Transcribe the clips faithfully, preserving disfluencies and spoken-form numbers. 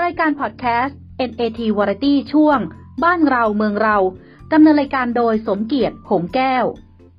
รายการพอดแคสต์ เอ็น เอ ที Variety ช่วงบ้านเราเมืองเราดำเนินรายการโดยสมเกียรติหงแก้ว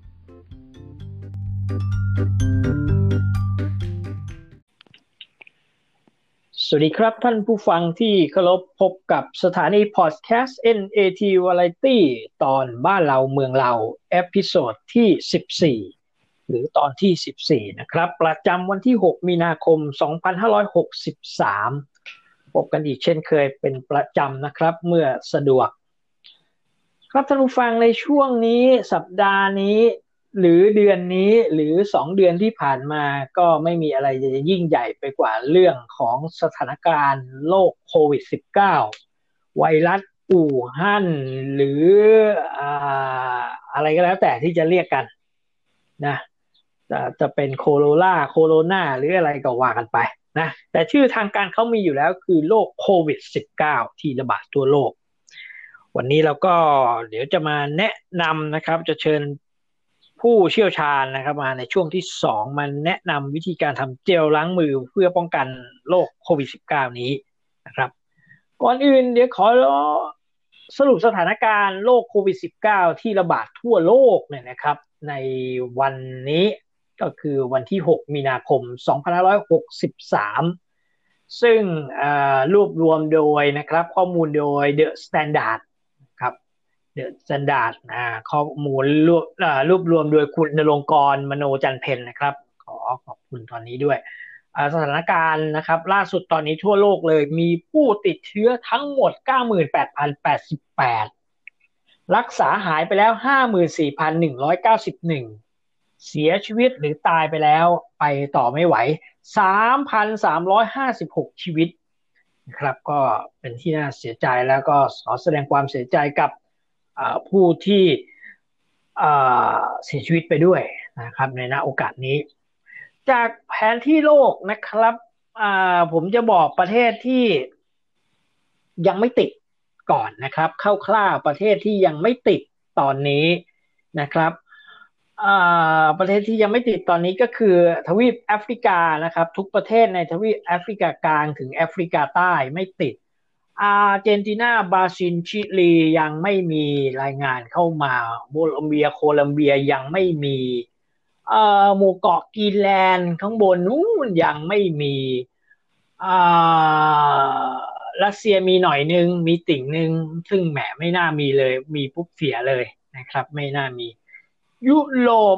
สวัสดีครับท่านผู้ฟังที่เคารพพบกับสถานีพอดแคสต์ เอ็น เอ ที Variety ตอนบ้านเราเมืองเราเอพิโซดที่สิบสี่หรือตอนที่สิบสี่นะครับประจำวันที่หกมีนาคมสองพันห้าร้อยหกสิบสามพบกันอีกเช่นเคยเป็นประจำนะครับเมื่อสะดวกครับท่านผู้ฟังในช่วงนี้สัปดาห์นี้หรือเดือนนี้หรือสองเดือนที่ผ่านมาก็ไม่มีอะไรจะยิ่งใหญ่ไปกว่าเรื่องของสถานการณ์โรคโควิด สิบเก้า ไวรัสอู่ฮั่นหรืออ่าอะไรก็แล้วแต่ที่จะเรียกกันนะจะจะเป็นโคโรนาโคโรนาหรืออะไรก็ว่ากันไปนะแต่ชื่อทางการเขามีอยู่แล้วคือโรคโควิด สิบเก้า ที่ระบาดทั่วโลกวันนี้เราก็เดี๋ยวจะมาแนะนำนะครับจะเชิญผู้เชี่ยวชาญนะครับมาในช่วงที่สองมาแนะนำวิธีการทำเจลล้างมือเพื่อป้องกันโรคโควิด สิบเก้า นี้นะครับก่อนอื่นเดี๋ยวขอสรุปสถานการณ์โรคโควิด สิบเก้า ที่ระบาดทั่วโลกเนี่ยนะครับในวันนี้ก็คือวันที่หกมีนาคมสองพันห้าร้อยหกสิบสามซึ่งรวบรวมโดยนะครับข้อมูลโดย The Standard ครับเดอะสแตนดาร์ดอ่าข้อมูลรวบอ่ารวบรวมโดยคุณณรงค์กรมโนจันเพ็ญนะครับขอขอบคุณตอนนี้ด้วยอ่าสถานการณ์นะครับล่าสุดตอนนี้ทั่วโลกเลยมีผู้ติดเชื้อทั้งหมด เก้าหมื่นแปดพันแปดสิบแปด รักษาหายไปแล้ว ห้าหมื่นสี่พันหนึ่งร้อยเก้าสิบเอ็ด เสียชีวิตหรือตายไปแล้วไปต่อไม่ไหว สามพันสามร้อยห้าสิบหก ชีวิตนะครับก็เป็นที่น่าเสียใจแล้วก็ขอแสดงความเสียใจกับผู้ที่เสียชีวิตไปด้วยนะครับในณโอกาสนี้จากแผนที่โลกนะครับผมจะบอกประเทศที่ยังไม่ติดก่อนนะครับคร่าวๆประเทศที่ยังไม่ติดตอนนี้นะครับประเทศที่ยังไม่ติดตอนนี้ก็คือทวีปแอฟริกานะครับทุกประเทศในทวีปแอฟริกากลางถึงแอฟริกาใต้ไม่ติดอาร์เจนตินาบราซิลชิลียังไม่มีรายงานเข้ามาโคลอมเบียโคลัมเบียยังไม่มีเอ่อหมู่เกาะกรีนแลนด์ข้างบนนู้นยังไม่มีอ่ารัสเซียมีหน่อยนึงมีติ่งนึงซึ่งแหมไม่น่ามีเลยมีปุ๊บเสียเลยนะครับไม่น่ามียุโรป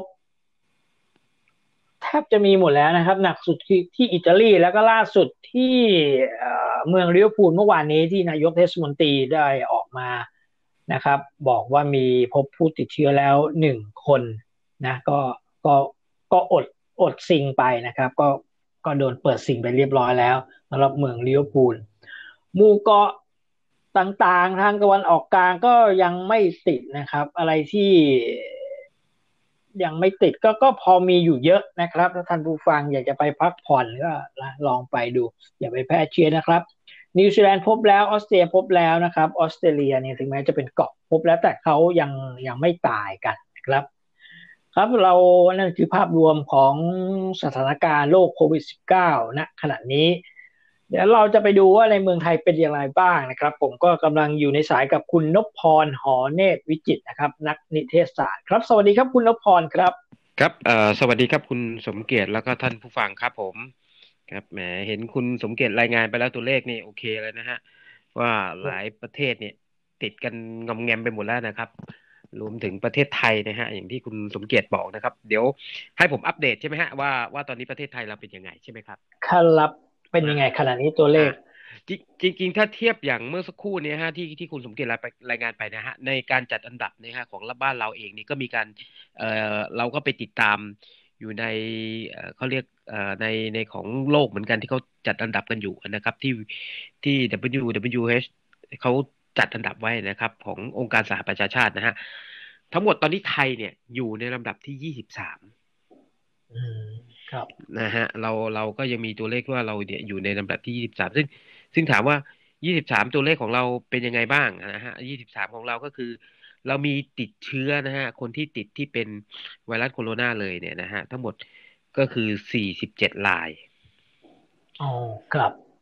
แทบจะมีหมดแล้วนะครับหนักสุดที่ที่อิตาลีแล้วก็ล่าสุดที่เมืองลิเวอร์พูลเมื่อวานนี้ที่นายกเทศมนตรีได้ออกมานะครับบอกว่ามีพบผู้ติดเชื้อแล้วหนึ่งคนนะก็ก็ก็อดอดซิงไปนะครับก็ก็โดนเปิดซิงไปเรียบร้อยแล้วสำหรับเมืองลิเวอร์พูลหมู่เกาะต่างๆทางตะวันออกกลางก็ยังไม่ติดนะครับอะไรที่ยังไม่ติดก็ก็พอมีอยู่เยอะนะครับถ้าท่านผู้ฟังอยากจะไปพักผ่อนก็ลองไปดูอย่าไปแพร่เชื้อนะครับนิวซีแลนด์พบแล้วออสเตรเลียพบแล้วนะครับออสเตรเลียเนี่ยถึงแม้จะเป็นเกาะพบแล้วแต่เขายังยังไม่ตายกันครับครับเรานั่นคือภาพรวมของสถานการณ์โรคโควิด สิบเก้า ณขณะนี้เดี๋ยวเราจะไปดูว่าในเมืองไทยเป็นอย่างไรบ้างนะครับผมก็กำลังอยู่ในสายกับคุณนพพรหอเนตรวิจิตรนะครับนักนิเทศศาสตร์ครับสวัสดีครับคุณนพพรครับครับเอ่อสวัสดีครับคุณสมเกียรติแล้วก็ท่านผู้ฟังครับผมครับแหมเห็นคุณสมเกียรติรายงานไปแล้วตัวเลขนี่โอเคเลยนะฮะว่าหลายประเทศเนี่ยติดกันงอมแงมไปหมดแล้วนะครับรวมถึงประเทศไทยนะฮะอย่างที่คุณสมเกียรติบอกนะครับเดี๋ยวให้ผมอัปเดตใช่ไหมฮะว่าว่าตอนนี้ประเทศไทยเราเป็นยังไงใช่ไหมครับครับเป็นยังไงขณะนี้ตัวเลขจริงจริงถ้าเทียบอย่างเมื่อสักครู่นี้ฮะที่ที่คุณสมเกียรติรายงานไปนะฮะในการจัดอันดับนะฮะของบ้านเราเองนี่ก็มีการเอ่อเราก็ไปติดตามอยู่ในเอ่อเขาเรียกเอ่อในในของโลกเหมือนกันที่เขาจัดอันดับกันอยู่นะครับที่ที่ ดับเบิลยู ดับเบิลยู เอช เขาจัดอันดับไว้นะครับขององค์การสหประชาชาตินะฮะทั้งหมดตอนนี้ไทยเนี่ยอยู่ในลำดับที่ยี่สิบสามอืมครับนะฮะเราเราก็ยังมีตัวเลขว่าเราเนี่ยอยู่ในลำดับที่ยี่สิบสามซึ่งซึ่งถามว่ายี่สิบสามตัวเลขของเราเป็นยังไงบ้างนะฮะยี่สิบสามของเราก็คือเรามีติดเชื้อนะฮะคนที่ติดที่เป็นไวรัสโคโรนาเลยเนี่ยนะฮะทั้งหมดก็คือสี่สิบเจ็ดรายอ๋อครับ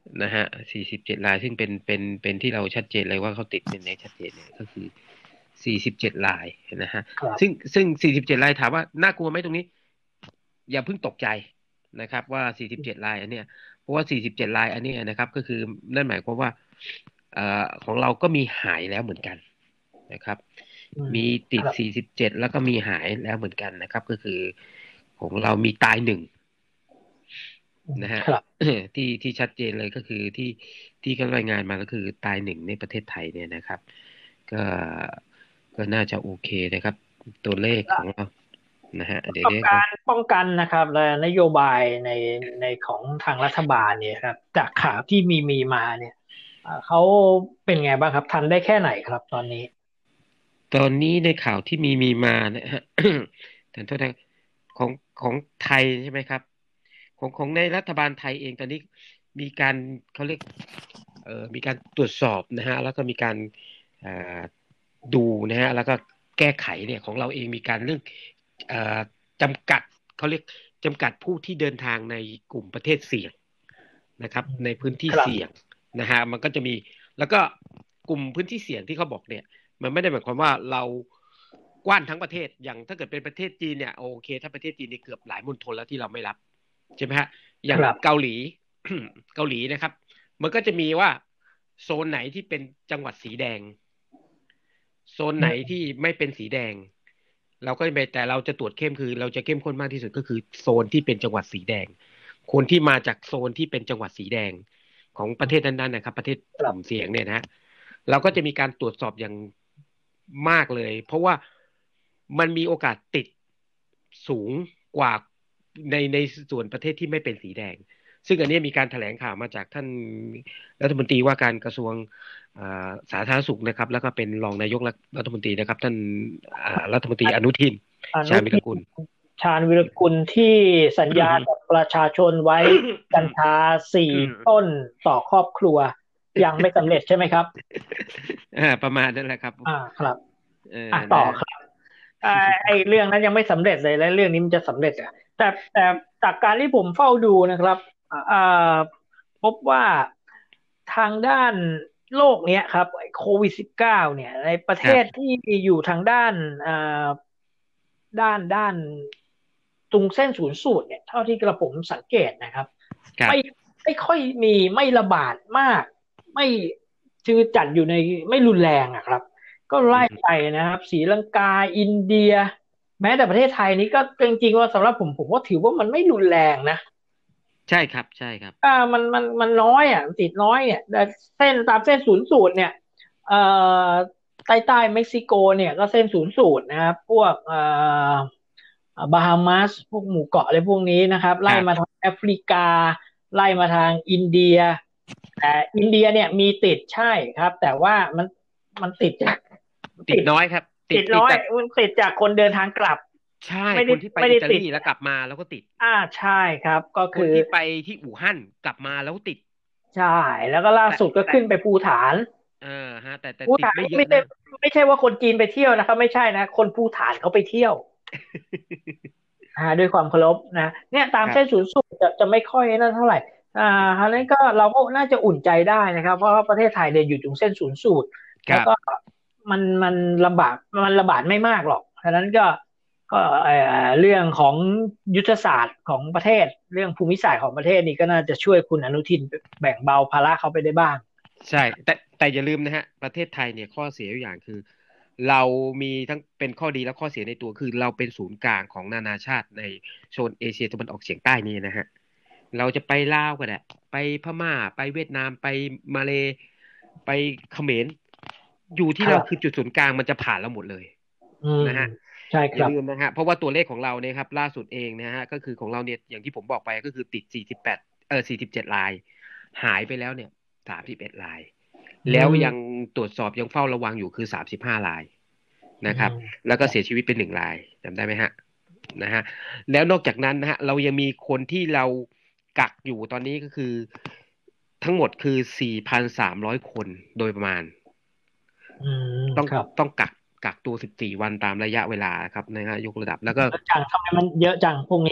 นะฮะสี่สิบเจ็ดรายซึ่งเป็นเป็นเป็นที่เราชัดเจนเลยว่าเขาติดเป็นในชัดเจนเนี่ยก็คือสี่สิบเจ็ดรายนะฮะซึ่งซึ่งสี่สิบเจ็ดรายถามว่าน่ากลัวไหมตรงนี้อย่าเพิ่งตกใจนะครับว่าสี่สิบเจ็ดรายอันเนี้ยเพราะว่าสี่สิบเจ็ดรายอันนี้นะครับก็คือนั่นหมายความว่าเอ่อของเราก็มีหายแล้วเหมือนกันนะครับมีติดสี่สิบเจ็ดแล้วก็มีหายแล้วเหมือนกันนะครับก็คือของเรามีตายหนึ่งนะฮะที่ที่ชัดเจนเลยก็คือที่ที่เขารายงานมาก็คือตายหนึ่งในประเทศไทยเนี่ยนะครับก็ก็น่าจะโอเคนะครับตัวเลขของเรานะฮะเดี๋ยวการป้องกันนะครับและนโยบายในในของทางรัฐบาลเนี่ยครับจากข่าวที่มีมีมาเนี่ยเขาเป็นไงบ้างครับทันได้แค่ไหนครับตอนนี้ตอนนี้ในข่าวที่มีมีมาเนี่ยฮะแต่โทษนะของของไทยใช่ไหมครับของของในรัฐบาลไทยเองตอนนี้มีการเขาเรียกเอ่อมีการตรวจสอบนะฮะแล้วก็มีการดูนะฮะแล้วก็แก้ไขเนี่ยของเราเองมีการเรื่องจำกัดเขาเรียกจำกัดผู้ที่เดินทางในกลุ่มประเทศเสี่ยงนะครับในพื้นที่เสี่ยงนะฮะมันก็จะมีแล้วก็กลุ่มพื้นที่เสี่ยงที่เขาบอกเนี่ยมันไม่ได้หมายความว่าเรากว้านทั้งประเทศอย่างถ้าเกิดเป็นประเทศจีนเนี่ยโอเคถ้าประเทศจีนนี่เกือบหลายมณฑลแล้วที่เราไม่รับใช่ไหมฮะอย่างเกาหลี เกาหลีนะครับมันก็จะมีว่าโซนไหนที่เป็นจังหวัดสีแดงโซนไหนที่ไม่เป็นสีแดงเราก็ไปแต่เราจะตรวจเข้มคือเราจะเข้มข้นมากที่สุดก็คือโซนที่เป็นจังหวัดสีแดงคนที่มาจากโซนที่เป็นจังหวัดสีแดงของประเทศนั้นๆนะครับประเทศกลุ่มเสี่ยงเนี่ยนะเราก็จะมีการตรวจสอบอย่างมากเลยเพราะว่ามันมีโอกาสติดสูงกว่าในในส่วนประเทศที่ไม่เป็นสีแดงซึ่งอันนี้มีการแถลงข่าวมาจากท่านรัฐมนตรีว่าการกระทรวงสาธารณสุขนะครับแล้วก็เป็นรองนายกรัฐมนตรีนะครับท่านรัฐมนตรีอนุทินชาญวิรกุลชาญวิรกุลที่สัญญากับประชาชนไว้กัญชาสี่ต้นต่อครอบครัวยังไม่สำเร็จใช่ไหมครับอ่าประมาณนั้นแหละครับอ่าครับอ่าต่อครับไอ้เรื่องนั้นยังไม่สำเร็จเลยแล้วเรื่องนี้มันจะสำเร็จอ่ะแต่แต่จากการที่ผมเฝ้าดูนะครับอ่าพบว่าทางด้านโลกเนี้ยครับโควิด สิบเก้า เนี่ยในประเทศที่อยู่ทางด้านอ่าด้านด้านตรงเส้นศูนย์สูตรเนี่ยเท่าที่กระผมสังเกตนะครับไม่ไม่ค่อยมีไม่ระบาดมากไม่คือจัดอยู่ในไม่รุนแรงอะครับก็ไล่ไปนะครับศรีลังกาอินเดียแม้แต่ประเทศไทยนี้ก็จริงๆว่าสำหรับผมผมก็ถือว่ามันไม่รุนแรงนะใช่ครับใช่ครับอ่ามันมันมันน้อยอ่ะติดน้อยเนี่ยแต่เส้นตามเส้นศูนย์สูตรเนี่ยเอ่อใต้ใต้เม็กซิโกเนี่ยก็เส้นศูนย์สูตรนะครับพวกเอ่อบาฮามาสพวกหมู่เกาะอะไรพวกนี้นะครับไล่มาทางแอฟริกาไล่มาทางอินเดียแต่อินเดียเนี่ยมีติดใช่ครับแต่ว่ามันมันติดจากติดน้อยครับติดน้อยมันติดจากคนเดินทางกลับใช่คนที่ไปอิตาลีแล้วกลับมาแล้วก็ติดอ่าใช่ครับก็คือคนที่ไปที่อู่ฮั่นกลับมาแล้วติดใช่แล้วก็ล่าสุดก็ขึ้นไปภูฐานเออฮะแต่แต่ภูฐานไม่ใช่ไม่ใช่ว่าคนจีนไปเที่ยวนะครับไม่ใช่นะคนภูฐานเขาไปเที่ยวอ่าด้วยความเคารพนะเนี่ยตามเส้นศูนย์สูตรจะจะไม่ค่อยนั่นเท่าไหร่อ่าอันนั้นก็เราก็น่าจะอุ่นใจได้นะครับเพราะว่าประเทศไทยเนี่ยอยู่ตรงเส้นศูนย์สูตรแล้วก็มันมันลำบากมันระบาดไม่มากหรอกฉะนั้นก็ก็เรื่องของยุทธศาสตร์ของประเทศเรื่องภูมิศาสตร์ของประเทศนี่ก็น่าจะช่วยคุณอนุทินแบ่งเบาภาระเขาไปได้บ้างใช่แต่แต่อย่าลืมนะฮะประเทศไทยเนี่ยข้อเสียอย่างคือเรามีทั้งเป็นข้อดีและข้อเสียในตัวคือเราเป็นศูนย์กลางของนานาชาติในโซนเอเชียตะวันออกเฉียงใต้นี้นะฮะเราจะไปลาวก็ได้ไปพม่าไปเวียดนามไปมาเลไปเขมรอยู่ที่เราคือจุดศูนย์กลางมันจะผ่านเราหมดเลยนะฮะใช่ครับอย่าลืมนะฮะเพราะว่าตัวเลขของเราเนี่ยครับล่าสุดเองนะฮะก็คือของเราเนี่ยอย่างที่ผมบอกไปก็คือติดสี่สิบแปดเออสี่สิบเจ็ดรายหายไปแล้วเนี่ยสามสิบเอ็ดรายแล้วยังตรวจสอบยังเฝ้าระวังอยู่คือสามสิบห้ารายนะครับแล้วก็เสียชีวิตเป็นหนึ่งรายจำได้ไหมฮะนะฮะแล้วนอกจากนั้นนะฮะเรายังมีคนที่เรากักอยู่ตอนนี้ก็คือทั้งหมดคือ สี่พันสามร้อย คนโดยประมาณต้องต้องกักกักตัวสิบสี่วันตามระยะเวลาครับนะฮะยกระดับแล้วก็จังทำไมมันเยอะจังพวกนี้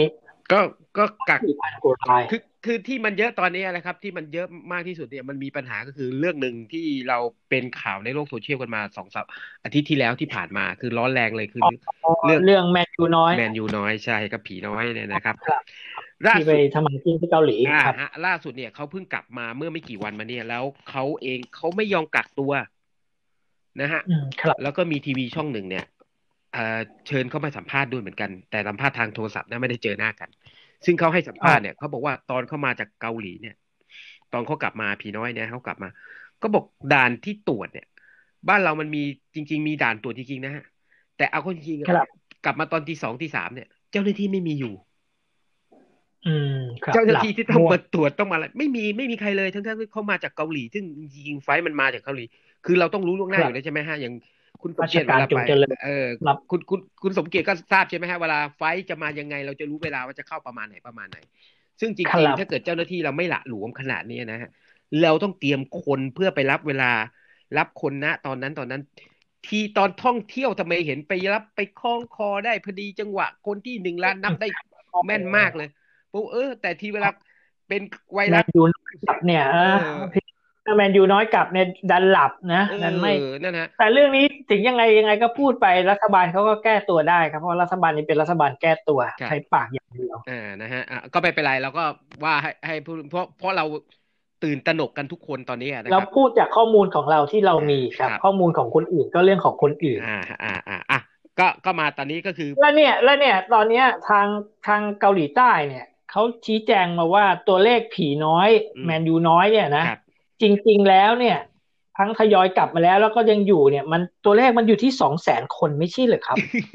ก็ก็กักสี่พันกว่ารายคือคือที่มันเยอะตอนนี้นะครับที่มันเยอะมากที่สุดเนี่ยมันมีปัญหาก็คือเรื่องหนึ่งที่เราเป็นข่าวในโลกโซเชียลกันมาสองสามอาทิตย์ที่แล้วที่ผ่านมาคือร้อนแรงเลยคือเรื่องเรื่องแมนยูน้อยแมนยูน้อยใช่กับผีน้อยเนี่ยนะครับครับล่าที่ไปสุดทำงานที่เกาหลีอ่าครับฮะล่าสุดเนี่ยเขาเพิ่งกลับมาเมื่อไม่กี่วันมาเนี่ยแล้วเขาเองเขาไม่ยอมกักตัวนะฮะอืมครับแล้วก็มีทีวีช่องหนึ่งเนี่ยเอ่อเชิญเข้ามาสัมภาษณ์ด้วยเหมือนกันแต่สัมภาษณ์ทางโทรศัพท์นะไม่ได้เจอหน้ากันซึ่งเขาให้สัมอ๋อภาษณ์เนี่ยเขาบอกว่าตอนเข้ามาจากเกาหลีเนี่ยตอนเขากลับมาผีน้อยเนี่ยเขากลับมาก็บอกด่านที่ตรวจเนี่ยบ้านเรามันมีจริงๆมีด่านตรวจจริงๆนะฮะแต่เอาเข้าจริงๆอะครับกลับมาตอนตีสองตีสามเนี่ยเจ้าหน้าที่ไม่มีอยู่อืมครับเจ้าหน้าหลับที่ที่ต้องง่วงมาตรวจต้องมาอะไรไม่มีไม่มีใครเลยทั้งๆที่เขามาจากเกาหลีซึ่งจริงๆไฟล์มันมาจากเกาหลีคือเราต้องรู้ล่วงหครับน้าอยู่แล้วใช่ไหมฮะอย่างคุณสมราชการเกียรติเวลาไปจงเจริญเออครับคุณคุณคุณสมเกียรติก็ทราบใช่ไหมฮะเวลาไฟล์จะมายังไงเราจะรู้เวลาว่าจะเข้าประมาณไหนประมาณไหนซึ่งจริงๆครับถ้าเกิดเจ้าหน้าที่เราไม่หละหลวมขนาดนี้นะฮะเราต้องเตรียมคนเพื่อไปรับเวลารับคนณตอนนั้นตอนนั้น ทีตอนท่องเที่ยวทำไมเห็นไปรับไปคล้องคอได้พอดีจังหวะคนที่หนึ่งล้านนับได้แม่นมากเลยปุ๊บเออแต่ทีเวลาเป็นไวรัสแมนยูน้อยกลับเนี่ยเอเอออแมนยูน้อยกลับเนี่ยดันหลับนะเอดันไม่อนั่นฮะแต่เรื่องนี้ถึงยังไงยังไงก็พูดไปรัฐบาลเขาก็แก้ตัวได้ครับเพราะรัฐบาลนี้เป็นรัฐบาลแก้ตัวครับใช้ปากอย่างเดียวอ่านะฮะอ่ะก็ไม่เป็นไรเราก็ว่าให้ให้พูดเพราะเพราะเราตื่นตระหนกกันทุกคนตอนนี้นะเราครับพูดจากข้อมูลของเราที่เราอ่ามีคครับรับข้อมูลของคนอื่นก็เรื่องของคนอื่นอ่าอ่าอ่าอ่ะก็ก็มาตอนนี้ก็คือแล้วเนี่ยแล้วเนี่ยตอนเนี้ยทางทางเกาหลีใต้เนี่ยเขาชี้แจงมาว่าตัวเลขผีน้อยอืมแมนยูน้อยเนี่ยคนะรับจริงๆแล้วเนี่ยทั้งทยอยกลับมาแล้วแล้วก็ยังอยู่เนี่ยมันตัวเลขมันอยู่ที่สองแสนคนไม่ใช่เหรอครับ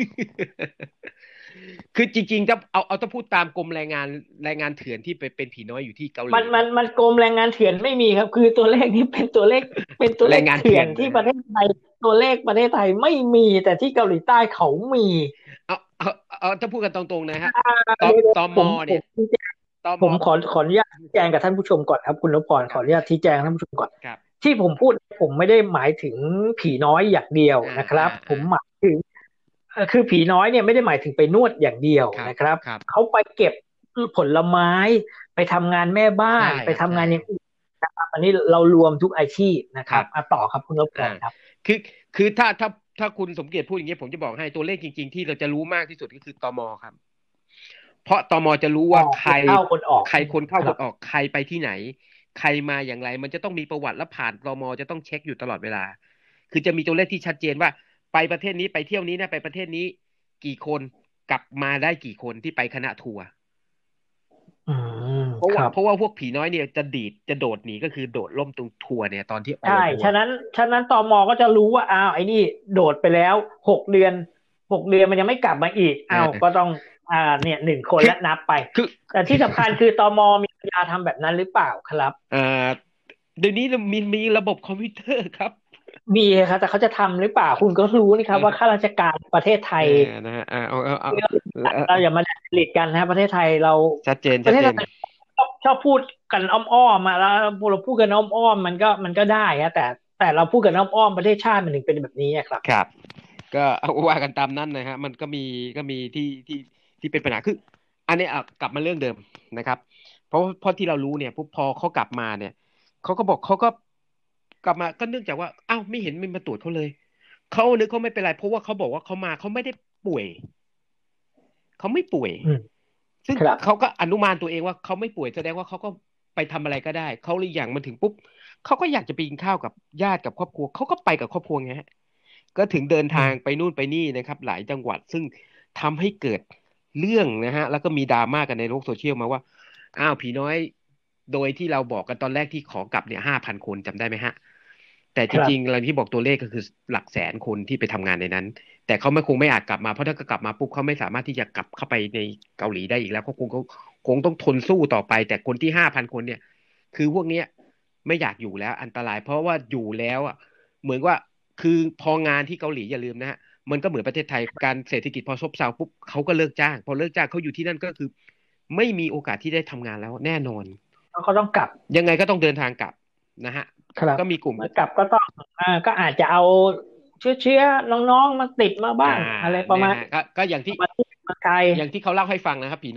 คือจริงๆถ้าเอาเอาถ้าพูดตามกรมแรงงานแรงงานเถื่อนที่ไปเป็นผีน้อยอยู่ที่เกาหมัลีนะนมันมันกรมแรงงานเถื่อนไม่มีครับคือตัวเลขนี้เป็นตัวเลขเป็นตัวแรงงานเลขเถื่เถื่อนอนที่ประนะฮะเทศไทยตัวเลขประเทศไทยไม่มีแต่ที่เกาหลีใต้เขามีเอาเอาเอาถ้าพูดกันตรงๆนะฮะตอเดี๋ยวตมผมผเนี่ยมตมผมขอขออนุญาตชี้แจงกับท่านผู้ชมก่อนครับคุณนพพรครับขออนุญาตชี้แจงท่านผู้ชมก่อนครับที่ผมพูดผมไม่ได้หมายถึงผีน้อยอย่างเดียวอ่านะครับผอ่าอ่ามหมายถึงเอ่อคือผีน้อยเนี่ยไม่ได้หมายถึงไปนวดอย่างเดียวครับนะครับครับเขาไปเก็บผลไม้ไปทำงานแม่บ้าใช่นไปครับใช่ทำงานอย่างอื่นนะครับอันนี้เรารวมทุกอาชีพนะคครับรับอ่ะต่อครับคุณนพพอ่ารครับคือคือถ้าถ้าถ้าคุณสมเกียรติพูดอย่างนี้ผมจะบอกให้ตัวเลขจริงๆที่เราจะรู้มากที่สุดก็คือตมครับ เพราะตมจะรู้อ๋อว่าใครคนเข้าคนออกใครคนเข้าครับคนออกใครไปที่ไหนใครมาอย่างไรมันจะต้องมีประวัติและผ่านตมจะต้องเช็คอยู่ตลอดเวลาคือจะมีตัวเลขที่ชัดเจนว่าไปประเทศนี้ไปเที่ยวนี้นะไปประเทศนี้กี่คนกลับมาได้กี่คนที่ไปคณะทัวร์อืมเพราะครับว่าเพราะว่าพวกผีน้อยเนี่ยจะดีดจะโดดหนีก็คือโดดล่มตรงทัวร์เนี่ยตอนที่ไปใช่ทัวร์ฉะนั้นฉะนั้นตมก็จะรู้ว่าอ้าวไอ้นี่โดดไปแล้วหกเดือนหกเดือนมันยังไม่กลับมาอีกอ้าวเออก็ต้องอ่าเนี่ยหนึ่งคนคือและนับไปคือแต่ที่สำคัญคือตมมีปัญญาทำแบบนั้นหรือเปล่าครับเอ่อเดี๋ยวนี้มีมีระบบคอมพิวเตอร์ครับมีครับแต่เขาจะทำหรือเปล่าคุณก็รู้นี่ครับว่าข้าราชการประเทศไทเอยอนะฮะเอาเอาเอาเอาเราอย่ามาดัดจริตกันนะประเทศไทยเราชัดเจนชัดเจนประเทศไทยชอบชอบพูดกันอ้อมๆมาแล้วเราพูดกันอ้อมๆมันก็มันก็ได้ฮะแต่แต่เราพูดกันอ้อมๆประเทศชาติมันถึงเป็นแบบนี้ครับครับก็เอาว่ากันตามนั้นนะฮะมันก็มีก็มีที่ที่ที่เป็นปัญหาคืออันนี้อ่ะกลับมาเรื่องเดิมนะครับเพราะเพราะที่เรารู้เนี่ยพพอเขากลับมาเนี่ยเขาก็บอกเขาก็กลับมาก็เนื่องจากว่าอ้าวไม่เห็นมีมาตรวจเขาเลยเขานึกเขาไม่เป็นไรเพราะว่าเขาบอกว่าเขามาเขาไม่ได้ป่วยเขาไม่ป่วยอืมซึ่งครับเขาก็อนุมานตัวเองว่าเขาไม่ป่วยแสดงว่าเขาก็ไปทำอะไรก็ได้เขาเลยอย่างมันถึงปุ๊บเขาก็อยากจะไปกินข้าวกับญาติกับครอบครัวเขาก็ไปกับครอบครัวไงฮะ ก็ถึงเดินอืมทางไปนู่นไปนี่นะครับหลายจังหวัดซึ่งทำให้เกิดเรื่องนะฮะแล้วก็มีดราม่ากันในโลกโซเชียลมาว่าอ้าวผีน้อยโดยที่เราบอกกันตอนแรกที่ขอกลับเนี่ยห้าพันคนจำได้ไหมฮะแต่จครับริงๆเราที่บอกตัวเลขก็คือหลักแสนคนที่ไปทำงานในนั้น แต่เขาไม่คงไม่อาจกลับมาเพราะถ้ากลับมาปุ๊บเขาไม่สามารถที่จะกลับเข้าไปในเกาหลีได้อีกแล้วเขาคงเขาคงต้องทนสู้ต่อไป แต่คนที่ห้าพันคนเนี่ยคือพวกเนี้ยไม่อยากอยู่แล้วอันตราย เพราะว่าอยู่แล้วอ่ะเหมือนว่าคือพองานที่เกาหลีอย่าลืมนะฮะมันก็เหมือนประเทศไทยการเศรษฐกิจพอซบเซาปุ๊บเขาก็เลิกจ้างพอเลิกจ้างเขาอยู่ที่นั่นก็คือไม่มีโอกาสที่ได้ทำงานแล้วแน่นอนเขาก็ต้องกลับยังไงก็ต้องเดินทางกลับนะฮะครับก็มีกลุ่มเมื่อกลับก็ต้องอ่าก็อาจจะเอาเชื้อเชื้อน้องๆมาติดมาอ่าบ้างอะไรประเนี่ยมาณฮะก็ก็อย่างที่มาที่มาไกลอย่างที่เขาเล่าให้ฟังนะครับผีน้อย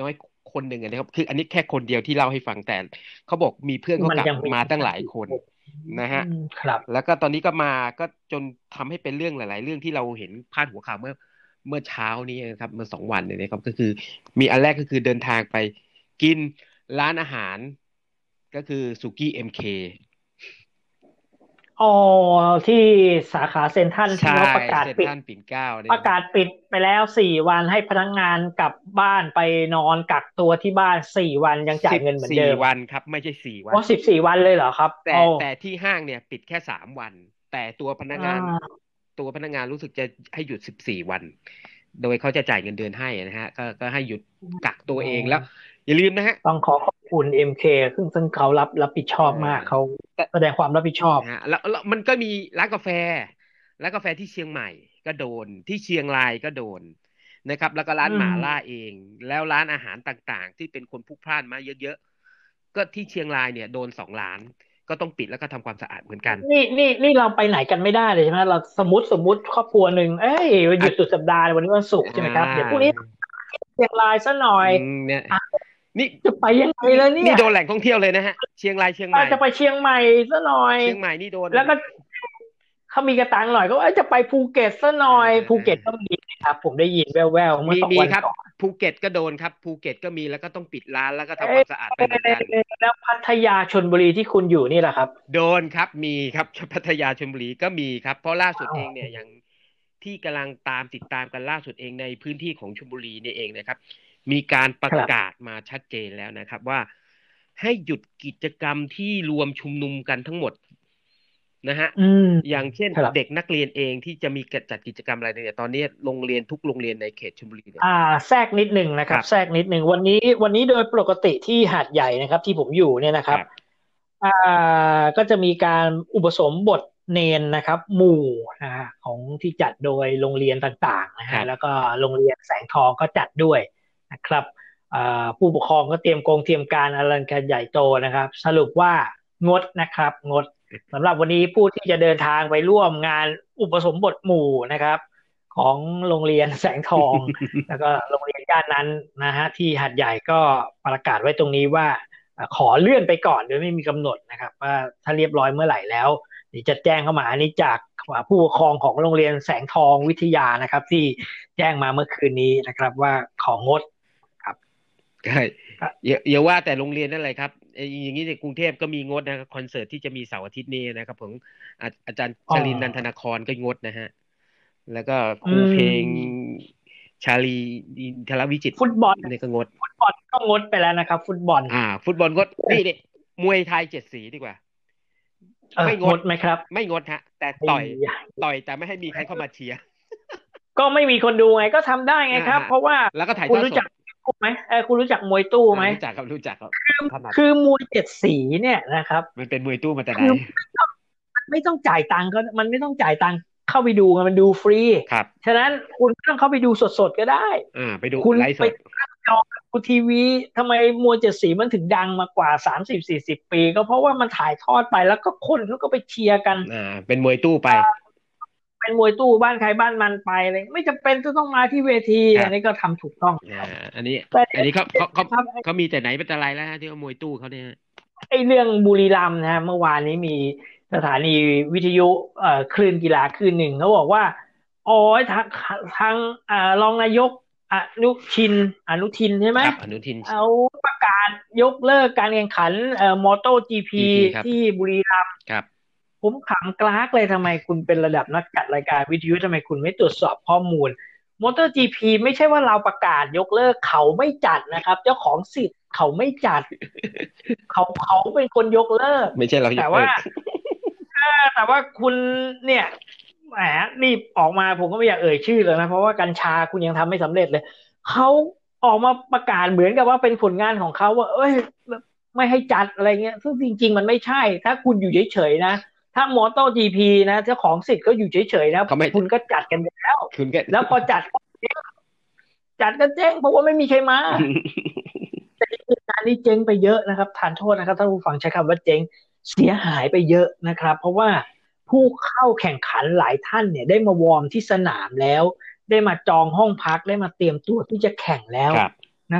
คนหนึ่งนะครับคืออันนี้แค่คนเดียวที่เล่าให้ฟังแต่เขาบอกมีเพื่อนเขากลับมาตั้งหลายคนนะฮะครับแล้วก็ตอนนี้ก็มาก็จนทำให้เป็นเรื่องหลายๆเรื่องที่เราเห็นพาดหัวข่าวเมื่อเมื่อเช้านี้นะครับเมื่อสองวันเนี่ยนะครับก็คือมีอันแรกก็คือเดินทางไปกินร้านอาหารก็คือสุกี้ เอ็ม เคอ๋อที่สาขาเซ็นทรัลที่เขาประกาศปิดปิ่นเกล้าประกาศปิดไปแล้วสี่วันให้พนักงานกลับบ้านไปนอนกักตัวที่บ้านสี่วันยังจ่ายเงินเหมือนเดิมสี่วันครับไม่ใช่สี่วันอ๋อสิบสี่วันเลยเหรอครับแต่แต่ที่ห้างเนี่ยปิดแค่สามวันแต่ตัวพนักงานตัวพนักงานรู้สึกจะให้หยุดสิบสี่วันโดยเขาจะจ่ายเงินเดือนให้นะฮะก็ก็ให้หยุดกักตัวเองแล้วอย่าลืมนะฮะต้องขอขอบคุณ เอ็ม เค ซึ่งซึ่งเขารับรับผิดชอบมากเขาแสดงความรับผิดชอบฮะแล้วแล้วมันก็มีร้านกาแฟร้านกาแฟที่เชียงใหม่ก็โดนที่เชียงรายก็โดนนะครับแล้วก็ร้านหม่าล่าเองแล้วร้านอาหารต่างๆที่เป็นคนพลุกพล่านมาเยอะๆก็ที่เชียงรายเนี่ยโดนสองร้านก็ต้องปิดแล้วก็ทำความสะอาดเหมือนกันนี่นี่นี่เราไปไหนกันไม่ได้เลยใช่ไหมเราสมมติสมมติครอบครัวหนึ่งเอ้ยหยุดสุดสัปดาห์วันนี้วันศุกร์ใช่ไหมครับเดี๋ยวพรุ่งนี้เชียงรายซะหน่อยเนี่ยนี่จะไปยังไงแล้วเนี่ยนี่โดนแหล่งท่องเที่ยวเลยนะฮะเชียงรายเชียงใหม่จะไปเชียงใหม่ซะหน่อยเชียงใหม่นี่โดนแล้วก็เขามีกระตังหน่อยก็จะไปภูเก็ตซะหน่อยภูเก็ตก็มีครับผมได้ยินแว่วๆเมื่อสองวันก่อนภูเก็ตก็โดนครับภูเก็ตก็มีแล้วก็ต้องปิดร้านแล้วก็ทำความสะอาดไปเหมือนกันแล้วพัทยาชลบุรีที่คุณอยู่นี่แหละครับโดนครับมีครับพัทยาชลบุรีก็มีครับเพราะล่าสุดเองเนี่ยอย่างที่กำลังตามติดตามกันล่าสุดเองในพื้นที่ของชลบุรีนี่เองนะครับมีการประกาศมาชัดเจนแล้วนะครับว่าให้หยุดกิจกรรมที่รวมชุมนุมกันทั้งหมดนะฮะอย่างเช่นเด็กนักเรียนเองที่จะมีจัดกิจกรรมอะไรเนี่ยตอนนี้โรงเรียนทุกโรงเรียนในเขตชลบุรีเนี่ยอ่าแทรกนิดนึงนะครับแทรกนิดนึงวันนี้วันนี้โดยปกติที่หาดใหญ่นะครับที่ผมอยู่เนี่ยนะครับอ่าก็จะมีการอุปสมบทเนนนะครับหมู่นะฮะของที่จัดโดยโรงเรียนต่างๆนะฮะแล้วก็โรงเรียนแสงทองก็จัดด้วยนะครับอ่าผู้ปกครองก็เตรียมกองเตรียมการอลังการใหญ่โตนะครับสรุปว่างดนะครับงดสำหรับวันนี้ผู้ที่จะเดินทางไปร่วมงานอุปสมบทหมู่นะครับของโรงเรียนแสงทอง แล้วก็โรงเรียนย่านนั้นนะฮะที่หาดใหญ่ก็ประกาศไว้ตรงนี้ว่าขอเลื่อนไปก่อนโดยไม่มีกำหนดนะครับว่าถ้าเรียบร้อยเมื่อไหร่แล้วเดี๋ยวจะแจ้งเข้ามาอันนี้จากผู้ปกครองของโรงเรียนแสงทองวิทยานะครับที่แจ้งมาเมื่อคืนนี้นะครับว่าของดครับใช่อย่าว่าแต่โรงเรียนนั่นเลยครับอย่างนี้ในกรุงเทพก็มีงดนะครับคอนเสิร์ตที่จะมีเสาร์อาทิตย์นี้นะครับผมอาจารย์ชลินนันทนาครก็งดนะฮะแล้วก็ครูเพลงชาลีธารวิจิตรฟุตบอลนี่ก็งดฟุตบอลก็งดไปแล้วนะครับฟุตบอลอ่าฟุตบอลงดนี่ดิมวยไทยเจ็ดสีดีกว่าไม่งดไหมครับไม่งดฮะแต่ต่อยต่อยแต่ไม่ให้มีใครเข้ามาเชียร์ก็ไม่มีคนดูไงก็ทำได้ไงครับเพราะว่าแล้วก็ถ่ายทอดสดไหมเออคุณรู้จักมวยตู้ไหมรู้จักครับรู้จักครับคือมวยเจ็ดสีเนี่ยนะครับมันเป็นมวยตู้มาแต่ไหนไม่ต้องจ่ายตังค์ก็มันไม่ต้องจ่ายตังค์เข้าไปดูมันดูฟรีครับฉะนั้นคุณต้องเข้าไปดูสดๆก็ได้อ่าไปดูคุณไลฟ์สดจอดูทีวีทำไมมวยเจ็ดสีมันถึงดังมากว่าสามสิบสี่สิบปีก็เพราะว่ามันถ่ายทอดไปแล้วก็คนเขาก็ไปเชียร์กันอ่าเป็นมวยตู้ไปเป็นมวยตู้บ้านใครบ้านมันไปเลยไม่จำเป็นจะต้องมาที่เวทีอันนี้ก็ทำถูกต้องอ่าอันนี้อันนี้เขาเขาเขาเขามีแต่ไหนเป็นอะไรแล้วที่ว่ามวยตู้เขาเนี่ยไอ้เรื่องบุรีรัมย์นะเมื่อวานนี้มีสถานีวิทยุเอ่อคลื่นกีฬาคลื่นหนึ่งเขาบอกว่าอ๋อทางทางอ่ารองนายกอนุชินอนุทินใช่ไหมอนุทินเอาประกาศยกเลิกการแข่งขันเอ่อมอเตอร์จีพีที่บุรีรัมย์ครับผมขำกลากเลยทำไมคุณเป็นระดับนักจัดรายการวิทยุทำไมคุณไม่ตรวจสอบข้อมูลมอเตอร์จีพีไม่ใช่ว่าเราประกาศยกเลิกเขาไม่จัดนะครับเจ้าของสิทธิ์เขาไม่จัดเขาเขาเป็นคนยกเลิกไม่ใช่เราแต่ว่าแต่ว่าคุณเนี่ยแหมรีบออกมาผมก็ไม่อยากเอ่ยชื่อเลยนะเพราะว่ากัญชาคุณยังทำไม่สำเร็จเลยเขาออกมาประกาศเหมือนกับว่าเป็นผลงานของเขาว่าเอ้ยไม่ให้จัดอะไรเงี้ยซึ่งจริงๆมันไม่ใช่ถ้าคุณอยู่เฉยๆนะถ้ามอเตอร์จีพีนะเจ้าของสิทธิ์ก็อยู่เฉยๆนะคุณก็จัดกันแล้วแล้วพอจัดจัดก็เจ๊งเพราะว่าไม่มีใครมาแต่งานนี้เจ๊งไปเยอะนะครับทานโทษนะครับท่านผู้ฟังใช้คำว่าเจ๊งเสียหายไปเยอะนะครับเพราะว่าผู้เข้าแข่งขันหลายท่านเนี่ยได้มาวอร์มที่สนามแล้วได้มาจองห้องพักได้มาเตรียมตัวที่จะแข่งแล้วนะครับ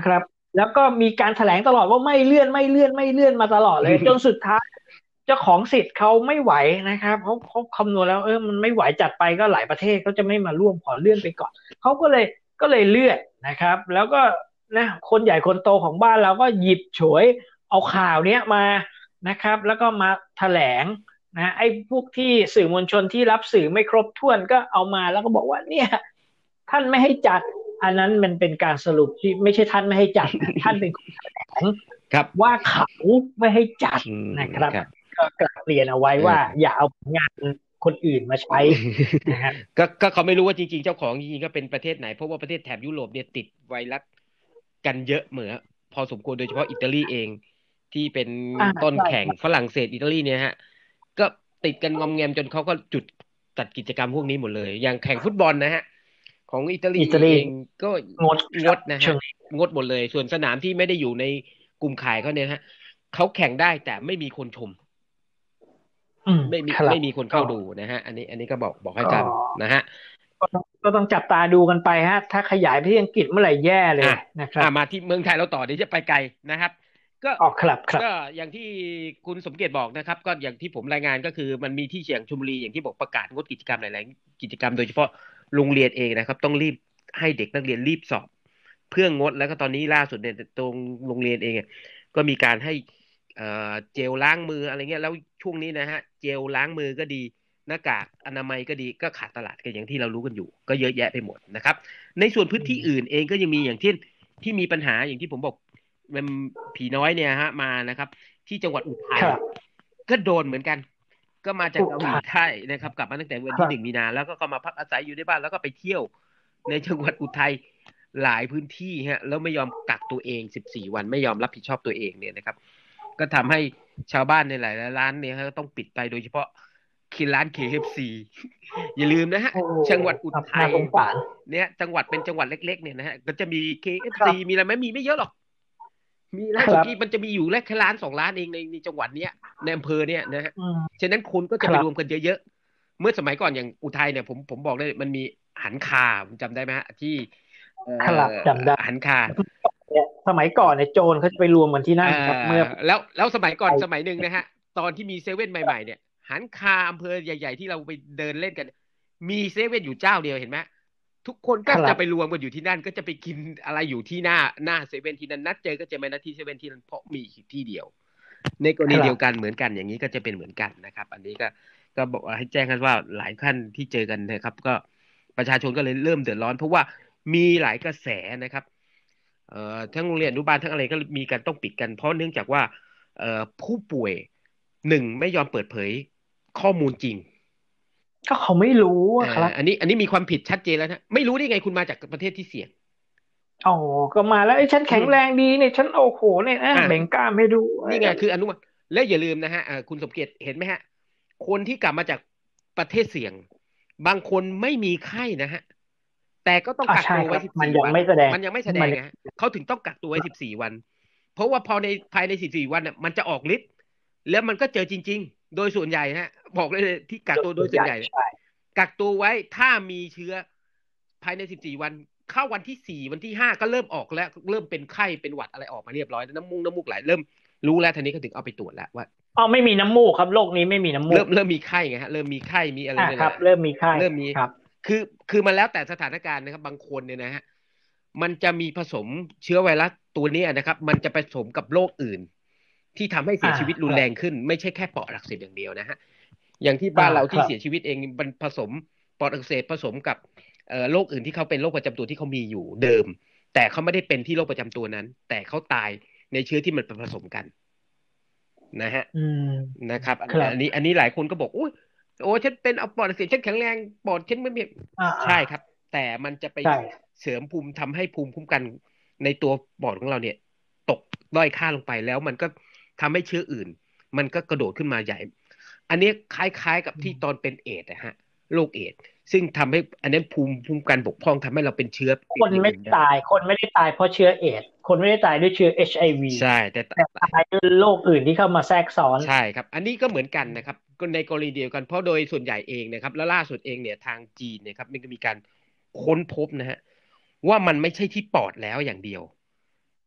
แล้วก็มีการแถลงตลอดว่าไม่เลื่อนไม่เลื่อนไม่เลื่อนมาตลอดเลยจนสุดท้ายเจ้าของสิทธิ์เขาไม่ไหวนะครับเขาเขาคำนวณแล้วเออมันไม่ไหวจัดไปก็หลายประเทศเขาจะไม่มาร่วมขอเลื่อนไปก่อนเขาก็เลยก็เลยเลื่อนนะครับแล้วก็นะคนใหญ่คนโตของบ้านเราก็หยิบฉวยเอาข่าวเนี้ยมานะครับแล้วก็มาแถลงนะไอ้พวกที่สื่อมวลชนที่รับสื่อไม่ครบถ้วนก็เอามาแล้วก็บอกว่าเนี่ยท่านไม่ให้จัดอันนั้นมันเป็นการสรุปที่ไม่ใช่ท่านไม่ให้จัดนะท่านเป็นคนแถลงครับว่าเขาไม่ให้จัดอืมนะครับครับก็กลับเรียนเอาไว้เออว่าอย่าเอาผลงานคนอื่นมาใช้นะฮะก็ก็เขาไม่รู้ว่าจริงๆเจ้าของจริงๆก็เป็นประเทศไหนเพราะว่าประเทศแถบยุโรปเนี่ยติดไวรัสกันเยอะเหมือนพอสมควรโดยเฉพาะอิตาลีเองที่เป็นอ่าต้นใช่แข่งฝรั่งเศสอิตาลีเนี่ยฮะก็ติดกันงอมแงมจนเขาก็จุดจัดกิจกรรมพวกนี้หมดเลยอย่างแข่งฟุตบอลนะฮะของอิตาลีอิตาลีเองก็งดงดนะฮะช่วงนี้งดหมดเลยส่วนสนามที่ไม่ได้อยู่ในกลุ่มข่ายเขาเนี่ยฮะเขาแข่งได้แต่ไม่มีคนชมอืมไม่มีครับไม่มีคนก็เข้าดูนะฮะอันนี้อันนี้ก็บอกบอกให้ก็กันนะฮะก็ต้องก็ต้องจับตาดูกันไปฮะถ้าขยายไปที่อังกฤษเมื่อไหร่แย่เลยอ่ะนะครับอ่ะมาที่เมืองไทยเราต่อเดี๋ยวจะไปไกลนะครับก็ออกครับครับก็อย่างที่คุณสมเกียรติบอกนะครับก็อย่างที่ผมรายงานก็คือมันมีที่เชียงชลบุรีอย่างที่บอกประกาศงดกิจกรรมหลายๆกิจกรรมโดยเฉพาะโรงเรียนเองนะครับต้องรีบให้เด็กนักเรียนรีบสอบเพื่องดแล้วก็ตอนนี้ล่าสุดเนี่ยตรงโรงเรียนเองเนี่ยก็มีการให้เอ่อเจลล้างมืออะไรเงี้ยแล้วช่วงนี้นะฮะเจลล้างมือก็ดีหน้ากากอนามัยก็ดีก็ขาดตลาดกันอย่างที่เรารู้กันอยู่ก็เยอะแยะไปหมดนะครับในส่วนพื้นที่อื่นเองก็ยังมีอย่างที่ที่มีปัญหาอย่างที่ผมบอกมันผีน้อยเนี่ยฮะมานะครับที่จังหวัดอุทัยก็โดนเหมือนกันก็มาจากเกาหลีใต้นะครับกลับมาตั้งแต่วันที่หนึ่งมีนาแล้วก็ก็มาพักอาศัยอยู่ในบ้านแล้วก็ไปเที่ยวในจังหวัดอุทัยหลายพื้นที่ฮะแล้วไม่ยอมกักตัวเองสิบสี่วันไม่ยอมรับผิดชอบตัวเองเนี่ยนะครับก็ทำให้ชาวบ้านในหลายร้านเนี่ยต้องปิดไปโดยเฉพาะคือร้าน เค เอฟ ซี อย่าลืมนะฮะจังหวัดอุทัยเนี่ยจังหวัดเป็นจังหวัดเล็กๆเนี่ยนะฮะก็จะมี เค เอฟ ซี มีอะไรไหมมีไม่เยอะหรอกมีร้านสุกี้มันจะมีอยู่แค่ร้านสองร้านเองในในจังหวัดเนี้ยในอำเภอเนี่ยนะฮะฉะนั้นคนก็จะไปรวมกันเยอะๆเมื่อสมัยก่อนอย่างอุทัยเนี่ยผมผมบอกเลยมันมีหันคาผมจำได้ไหมฮะที่ครับจำได้หันคาสมัยก่อนเนี่ยโจรเขาจะไปรวมกันที่นั่นครับเมื่อแล้วแล้วสมัยก่อนสมัยหนึ่งนะฮะตอนที่มีเซเว่นใหม่ๆเนี่ยหันคาอำเภอใหญ่ๆที่เราไปเดินเล่นกันมีเซเว่นอยู่เจ้าเดียวเห็นไหมทุกคนก็จะไปรวมกันอยู่ที่นั่นก็จะไปกินอะไรอยู่ที่หน้าหน้าเซเว่นที่นั่นนัดเจอก็จะไม่นัดที่เซเว่นที่นั่นเพราะมีที่เดียวในกรณีเดียวกันเหมือนกันอย่างนี้ก็จะเป็นเหมือนกันนะครับอันนี้ก็ก็บอกให้แจ้งกันว่าหลายท่านที่เจอกันนะครับก็ประชาชนก็เลยเริ่มเดือดร้อนเพราะว่ามีหลายกระแสนะครับเอ่อทั้งโรงเรียนอนุบาลทั้งอะไรก็มีการต้องปิดกันเพราะเนื่องจากว่าเอ่อผู้ป่วยหนึ่งไม่ยอมเปิดเผยข้อมูลจริงก็เขาไม่รู้ครับอันนี้อันนี้มีความผิดชัดเจนแล้วนะไม่รู้ได้ไงคุณมาจากประเทศที่เสี่ยงอ๋อก็มาแล้วไอ้ฉันแข็งแรงดีเนี่ยฉันโอ้โหเนี่ยนะแบ่งกล้ามให้ดูนี่ไงคืออนุมัติแล้วอย่าลืมนะฮะคุณสมเกียรติเห็นไหมฮะคนที่กลับมาจากประเทศเสี่ยงบางคนไม่มีไข้นะฮะแต่ก็ต้องกักตัวไว้สิบสี่วันมันยังไม่แสดงไงเขาถึงต้องกักตัวไว้สิบสี่วันเพราะว่าพอในภายในสิบสี่วันเนี่ยมันจะออกฤทธิ์แล้วมันก็เจอจริงๆโดยส่วนใหญ่ฮะบอกเลยที่กักตัวโดยส่วนใหญ่กักตัวไว้ถ้ามีเชื้อภายในสิบสี่วันเข้าวันที่สี่วันที่ห้าก็เริ่มออกแล้วเริ่มเป็นไข้เป็นหวัดอะไรออกมาเรียบร้อยแล้วน้ำมูกน้ำมูกไหลเริ่มรู้แล้วทีนี้เขาถึงเอาไปตรวจแล้วว่าอ๋อไม่มีน้ำมูกครับโรคนี้ไม่มีน้ำมูกเริ่มเริ่มมีไข้ไงฮะเริ่มมีไข้มีอะไรเนี่ยครับเริ่มมีไข้เริ่มมีครับคือคือมันแล้วแต่สถานการณ์นะครับบางคนเนี่ยนะฮะมันจะมีผสมเชื้อไวรัสตัวนี้นะครับมันจะผสมกับโรคอื่นที่ทำให้เสียชีวิตรุนแรงขึ้นไม่ใช่แค่ปอดอักเสบอย่างเดียวนะฮะอย่างที่บ้านเราที่เสียชีวิตเองมันผสมปอดอักเสบผสมกับโรคอื่นที่เขาเป็นโรคประจำตัวที่เขามีอยู่เดิมแต่เขาไม่ได้เป็นที่โรคประจำตัวนั้นแต่เขาตายในเชื้อที่มันผสมกันนะฮะนะครับอันนี้อันนี้หลายคนก็บอกโอ้ยโอ้ฉันเป็นเอาปอดอักเสบฉันแข็งแรงปอดฉันไม่มีใช่ครับแต่มันจะไปเสริมภูมิทำให้ภูมิคุ้มกันในตัวปอดของเราเนี่ยตกด้อยค่าลงไปแล้วมันก็ทำให้เชื้ออื่นมันก็กระโดดขึ้นมาใหญ่อันนี้คล้ายๆกับที่ตอนเป็นเอดส์นะฮะโรคเอดส์ซึ่งทำให้อันนั้นภูมิภูมิกันบกพร่องทำให้เราเป็นเชื้อคนไม่ตายคนไม่ได้ตายเพราะเชื้อเอดส์คนไม่ได้ตายด้วยเชื้อ เอช ไอ วีใช่แต่ตายด้วยโรคอื่นที่เข้ามาแทรกซ้อนใช่ครับอันนี้ก็เหมือนกันนะครับก็ในกรณีเดียวกันเพราะโดยส่วนใหญ่เองนะครับแล้วล่าสุดเองเนี่ยทางจีนเนี่ยครับมันก็มีการค้นพบนะฮะว่ามันไม่ใช่ที่ปอดแล้วอย่างเดียว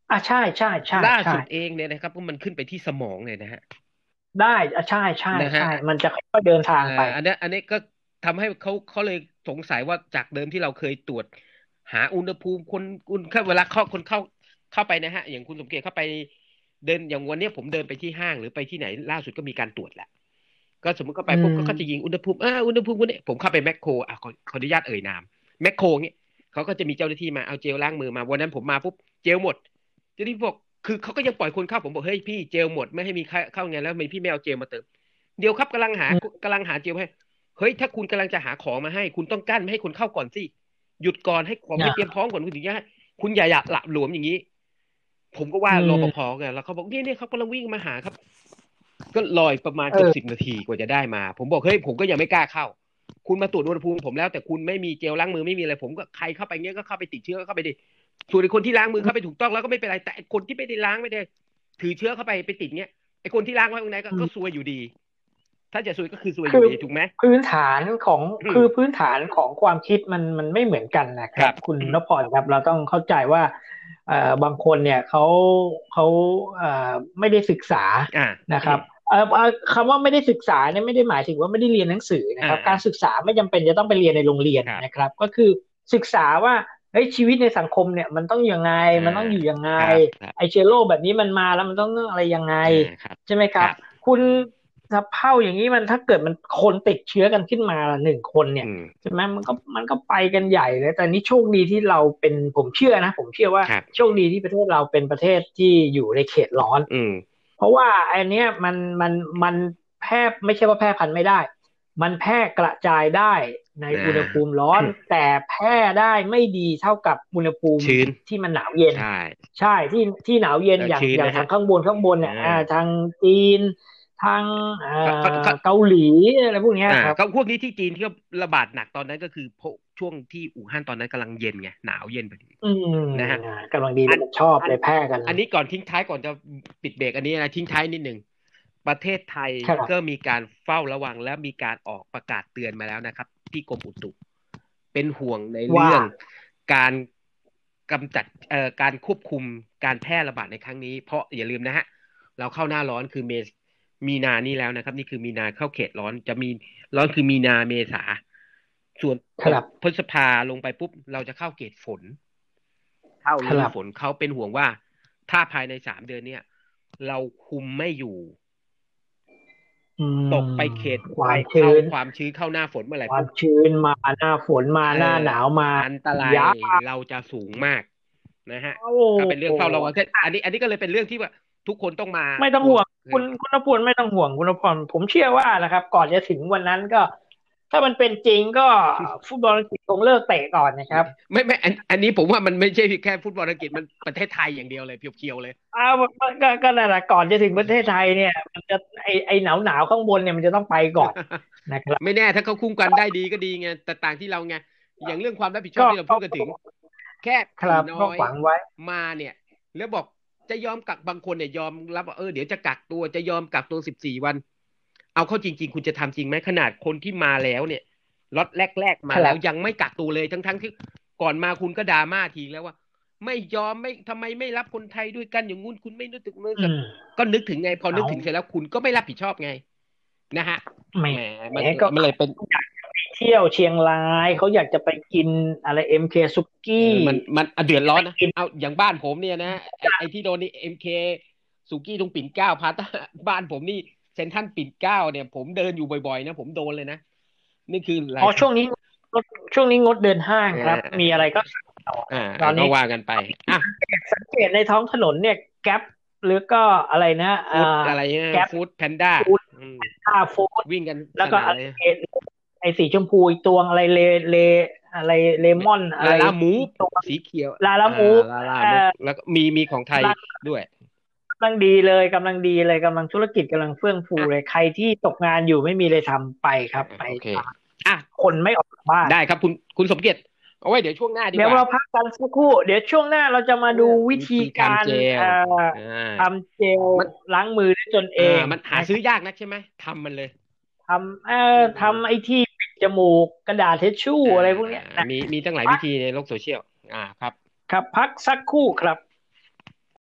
อ่ะใช่ใช่ใช่ล่าใช่สุดเองเนี่ยนะครับก็มันขึ้นไปที่สมองเลยนะฮะได้อ่ะใช่ใช่นะฮะใช่มันจะค่อยๆเดินทางเอ่ไปออันเนี้ยอันนี้ก็ทำให้เขาเขาเลยสงสัยว่าจากเดิมที่เราเคยตรวจหาอุณหภูมิคนอุณเวลาเข้าคนเข้าเข้าไปนะฮะอย่างคุณสมเกียรติเข้าไปเดินอย่างวันเนี้ยผมเดินไปที่ห้างหรือไปที่ไหนล่าสุดก็มีการตรวจแหละก็สมมติเข้าไปอืปุ๊บก็เขาจะยิงมอุณหภูมิอ่าอุณหภูมิคนนี้ผมเข้าไปแมคโครอ่ะขอขออนุญาตเอ่ยนามแมคโครเงี้ยเขาก็จะมีเจ้าหน้าที่มาเอาเจลล้างมือมาวันนั้นผมมาปุ๊บเจลหมดเจ้าหน้าที่บอกคือเขาก็ยังปล่อยคนเข้าผมบอกเฮ้ยพี่เจลหมดไม่ให้มีเข้าไงแล้วทำไมพี่ไม่เอาเจลมาเติมเดี๋ยวครับกำลังหาอืมกำลังหาเจลให้เฮ้ยถ้าคุณกำลังจะหาของมาให้คุณต้องกั้นไม่ให้คนเข้าก่อนสิหยุดก่อนให้ของให้เตรียมพร้อมก่อนคุณถึงจะให้คุณอย่าอยากหลับหลวมอย่างนี้ผมก็ว่าอืรปภมไงแล้วเขาบอกเนี่ยเนี่ยเขากำลังวิ่งมาหาครับก็รอประมาณเออเกือบสิบนาทีกว่าจะได้มาผมบอกเฮ้ยผมก็ยังไม่กล้าเข้าคุณมาตรวจอุณหภูมิผมแล้วแต่คุณไม่มีเจลล้างมือไม่มีอะไรผมก็ใครเข้าไปเงี้ยก็เข้าไปติดเชื้อก็เข้าไปดิส่วนไอ้คนที่ล้างมือเข้าไปถูกต้องแล้วก็ไม่เป็นไรแต่ไอ้คนที่ไม่ได้ล้างไม่ได้ถือเชื้อเข้าไปไปติดเงี้ยไอ้คนที่ล้างไว้ตรงไหนก็ก็ซอืมวยอยู่ดีถ้าจะซวยก็คือซวยอคือยู่ดีถูกไหมพื้นฐานของอืมคือพื้นฐานของความคิดมันมันไม่เหมือนกันนะคครับรับคุณนพพรครับเราต้องเข้าใจว่าเอ่อบางคนเนี่ยเขาเขาเอ่อไม่ได้ศึกษาอ่านะครับเอ่อเอ่อคำว่าไม่ได้ศึกษาเนี่ยไม่ได้หมายถึงว่าไม่ได้เรียนหนังสือนะอ่าครับอ่าการศึกษาไม่จำเป็นจะต้องไปเรียนในโรงเรียนครับนะครับก็คือศึกษาว่าเฮ้ยชีวิตในสังคมเนี่ยมันต้องยังไงอ่ามันต้องอยู่ยังไงครับครับไอเชื้อโรคแบบนี้มันมาแล้วมันต้องอะไรยังไงอ่าครับใช่ไหมครับครับคุณสะเพร่าอย่างนี้มันถ้าเกิดมันคนติดเชื้อกันขึ้นมาหนึ่งคนเนี่ยอืมใช่ไหมมันก็มันก็ไปกันใหญ่เลยแต่นี่โชคดีที่เราเป็นผมเชื่อนะผมเชื่อว่าครับโชคดีที่ประเทศเราเป็นประเทศที่อยู่ในเขตร้อนอืมเพราะว่าอันเนี้ยมันมันมันแพร่ไม่ใช่ว่าแพร่พันธุ์ไม่ได้มันแพร่กระจายได้ในอ่อุณหภูามิร้อนแต่แพร่ได้ไม่ดีเท่ากับอุณหภูมิชื้นที่มันหนาวเย็นใช่ใช่ที่ที่หนาวเย็นแล้วอย่างอย่างชื้นนะฮะทางข้างบนข้างบนอ่าเนี่ยอ่าทางจีนทางเอ่เขาเขาอเขาเกาหลีอะไรพวกเนี้ยอ่าครับเขาพวกนี้ที่จีนที่ระบาดหนักตอนนั้นก็คือพวกช่วงที่อู่ฮั่นตอนนั้นกำลังเย็นไงหนาวเย็นพอดีอืมนะฮะอ่ากำลังดีอันเลยชอบอันเลยแพร่กันอันนี้ก่อนทิ้งท้ายก่อนจะปิดเบรกอันนี้นะทิ้งท้ายนิดหนึ่งประเทศไทยก็ครับมีการเฝ้าระวังและมีการออกประกาศเตือนมาแล้วนะครับที่กรมอุตุเป็นห่วงในว่าเรื่องการกำจัดเอ่อการควบคุมการแพร่ระบาดในครั้งนี้เพราะอย่าลืมนะฮะเราเข้าหน้าร้อนคือเมษมีนานี่แล้วนะครับนี่คือมีนาเข้าเขตร้อนจะมีร้อนคือมีนาเมษาส่วนตกครับพฤษภาลงไปปุ๊บเราจะเข้าเขตฝนเข้าฤดูครับฝนเขาเป็นห่วงว่าถ้าภายในสามเดือนเนี้ยเราคุมไม่อยู่อืตกมไปเขตควาไปมชื้เข้านความชื้นเข้าหน้าฝนเมื่อไหร่ความปุ๊บชื้นมาหน้าฝนมาเอหน้าอหนาวมาอันตรายยาเราจะสูงมากนะฮะโอ้ก็เป็นเรื่โหองเฝ้าระวังอันนี้อันนี้ก็เลยเป็นเรื่องที่ว่าทุกคนต้องมาไม่ต้องตัวห่วงคุณคุณนพพลไม่ต้องห่วงคุณนพพลผมเชื่อว่านะครับก่อนจะถึงวันนั้นก็ถ้ามันเป็นจริงก็ฟุตบอลอังกฤษคงเลิกเตะก่อนนะครับไม่ไม่อันอันนี้ผมว่ามันไม่ใช่แค่ฟุตบอลอังกฤษมันประเทศไทยอย่างเดียวเลยเพียวๆเลยอ้าวก็ก็นั่นแหละก่อนจะถึงประเทศไทยเนี่ยมันจะไอไอหนาวหนาวข้างบนเนี่ยมันจะต้องไปก่อนนะครับไม่แน่ถ้าเขาคุ้มกันได้ดีก็ดีไงแต่ต่างที่เราไงอย่างเรื่องความรับผิดชอก็บที่เราก็พูดกันถึงแค่ผีครับก็น้อยฝังไว้มาเนี่ยแล้วบอกจะยอมกักบางคนเนี่ยยอมรับว่าเออเดี๋ยวจะกักตัวจะยอมกักตัวสิบสี่วันเอาเข้าจริงๆคุณจะทำจริงไหมขนาดคนที่มาแล้วเนี่ยล็อตแรกๆคมาแล้วรับยังไม่กักตัวเลยทั้งๆที่ก่อนมาคุณก็ดราม่าทีแล้วว่าไม่ยอมไม่ทำไมไม่รับคนไทยด้วยกันอย่างงู้นคุณไม่นึกถึงเมื่อกับอืมก็นึกถึงไงพอนึเอากถึงเสร็จแล้วคุณก็ไม่รับผิดชอบไงนะฮะไม่แหมมันแหมก็มันเลยเป็นอยากจะไปเที่ยวเชียงรายเขาอยากจะไปกินอะไรเอ็มเคซุเอกี้อมันมันเดือดร้อนนะไปกินเอาอย่างบ้านผมเนี่ยนะไอไอที่โดนนี่เอ็มเคสุกี้ตรงปิ่นเกล้าพาต้าบ้านผมนี่เซ็นทรัลปิ่นเกล้าเนี่ยผมเดินอยู่บ่อยๆนะผมโดนเลยนะนี่คือหลายอ๋อช่วงนี้งดช่วงนี้งดเดินห้างอ่ครับมีอะไราก็สั่งต่ออ่าตอนนี้ก็ว่ากันไปอ่ะสังเกตในท้องถนนเนี่ยแก๊ปหรือก็อะไรนะอ่าฟู้ดอะไรเนี่ยแก๊ปฟู้ดแพนด้าฟู้ดอืมค่าฟู้ดวิ่งกันแล้วก็อะไรสนั่นเลยไอ้สีชมพูอีกตัวอะไรเลเลอะไรเลมอนอะไรลาลามูฟอีกตัวสีเขียวลาลาอ่ามูฟลาลาเอ่มูฟอแล้วก็มีมีของไทยกำลังด้วยกำลังดีเลยกำลังดีเลยกำลังธุรกิจกำลังเฟื่องฟูอ่ะเลยใครที่ตกงานอยู่ไม่มีเลยทำไปคอ่ารับไปโอเคตามอ่ะคนไม่ออกจากบ้านได้ครับคุณคุณสมเกียรติเอาไว้เดี๋ยวช่วงหน้าดีกว่าเดี๋ยวเราพักกันสักครู่เดี๋ยวช่วงหน้าเราจะมาดูวิวิธีธีการทำเจลเอ่ออ่าทำเจลมันล้างมือด้วยตนเออ่างมันหานะครับซื้อยากนักใช่ไหมทำมันเลยทำเอ่อือทำไอ้มที่ปิดจมูกกระดาษทิชชู่อ่าอะไรพวกเนี้ยนะมีมีตั้งหลายวิพักธีในโลกโซเชียลอ่าครับครับพักสักครู่ครับ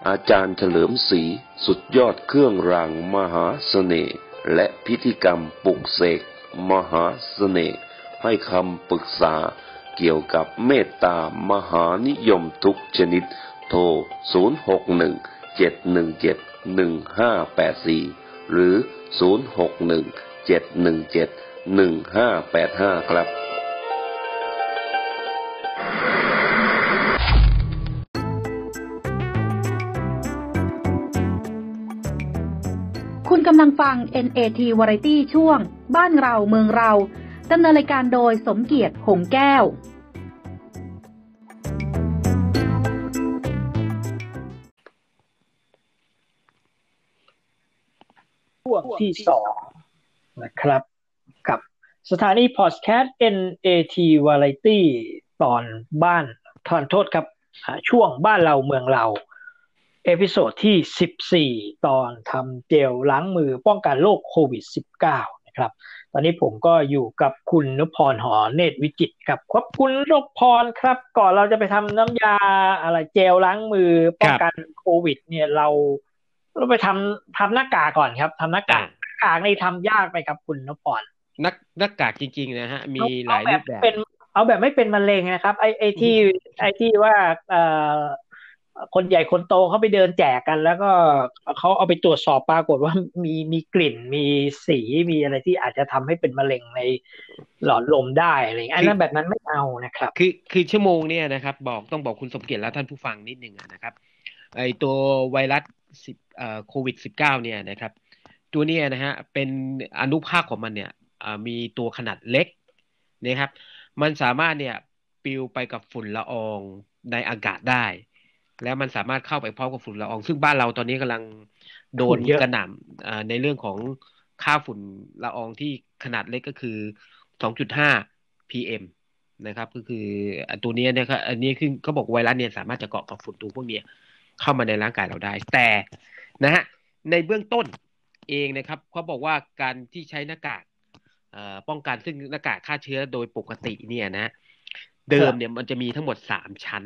อาจารย์เฉลิมศรีสุดยอดเครื่องรางมหาเสน่ห์และพิธีกรรมปลุกเสกมหาเสน่ห์ให้คำปรึกษาเกี่ยวกับเมตตามหานิยมทุกชนิดโทรศูนย์ หก หนึ่ง เจ็ด หนึ่ง เจ็ด หนึ่ง ห้า แปด สี่หรือศูนย์ หก หนึ่ง เจ็ด หนึ่ง เจ็ด หนึ่ง ห้า แปด ห้าครับคุณกำลังฟัง เอ็น เอ ที Variety ช่วงบ้านเราเมืองเราดำเนินรายการโดยสมเกียรติหงแก้วช่วงที่สองนะครับกับสถานีพอดแคสต์ เอ็น เอ ที Variety ตอนบ้านทอนโทษครับช่วงบ้านเราเมืองเราเอพิโซดที่สิบสี่ตอนทำเจลล้างมือป้องกันโรคโควิด สิบเก้า นะครับตอนนี้ผมก็อยู่กับคุณนพพรหอเนตรวิจิตรครับครับคุณนพพรครับก่อนเราจะไปทำน้ำยาอะไรเจลล้างมือป้องกันโควิดเนี่ยเราเราไปทำทำหน้ากากก่อนครับทำหน้ากากหน้ากากนี่ทำยากไหมครับคุณนพพรนักหน้ากากจริงๆนะฮะมีหลายรูปแบบเป็นเอาแบบไม่เป็นมะเร็งนะครับไอไอที่ไอที่ว่าเอ่อคนใหญ่คนโตเขาไปเดินแจกกันแล้วก็เขาเอาไปตรวจสอบปรากฏว่ามีมีกลิ่นมีสีมีอะไรที่อาจจะทำให้เป็นมะเร็งในหลอดลมได้อะไรอย่างเงี้ยอันนั้นแบบนั้นไม่เอานะครับคือคือชั่วโมงเนี่ยนะครับบอกต้องบอกคุณสมเกียรติและท่านผู้ฟังนิดนึงนะครับไอตัวไวรัสเอ่อโควิด สิบเก้า เนี่ยนะครับตัวนี้นะฮะเป็นอนุภาคของมันเนี่ยมีตัวขนาดเล็กนะครับมันสามารถเนี่ยปลิวไปกับฝุ่นละอองในอากาศได้แล้วมันสามารถเข้าไปพร้อมกับฝุ่นละอองซึ่งบ้านเราตอนนี้กำลังโดนกระหน่ำในเรื่องของค่าฝุ่นละอองที่ขนาดเล็กก็คือ สองจุดห้า พี เอ็ม นะครับก็คือตัวนี้เนี่ยครับอันนี้คือเขาบอกไวรัสเนี่ยสามารถจะเกาะกับฝุ่นตัวพวกนี้เข้ามาในร่างกายเราได้แต่นะฮะในเบื้องต้นเองนะครับเขาบอกว่าการที่ใช้หน้ากากป้องกันซึ่งหน้ากากฆ่าเชื้อโดยปกติเนี่ยนะเดิมเนี่ยมันจะมีทั้งหมดสามชั้น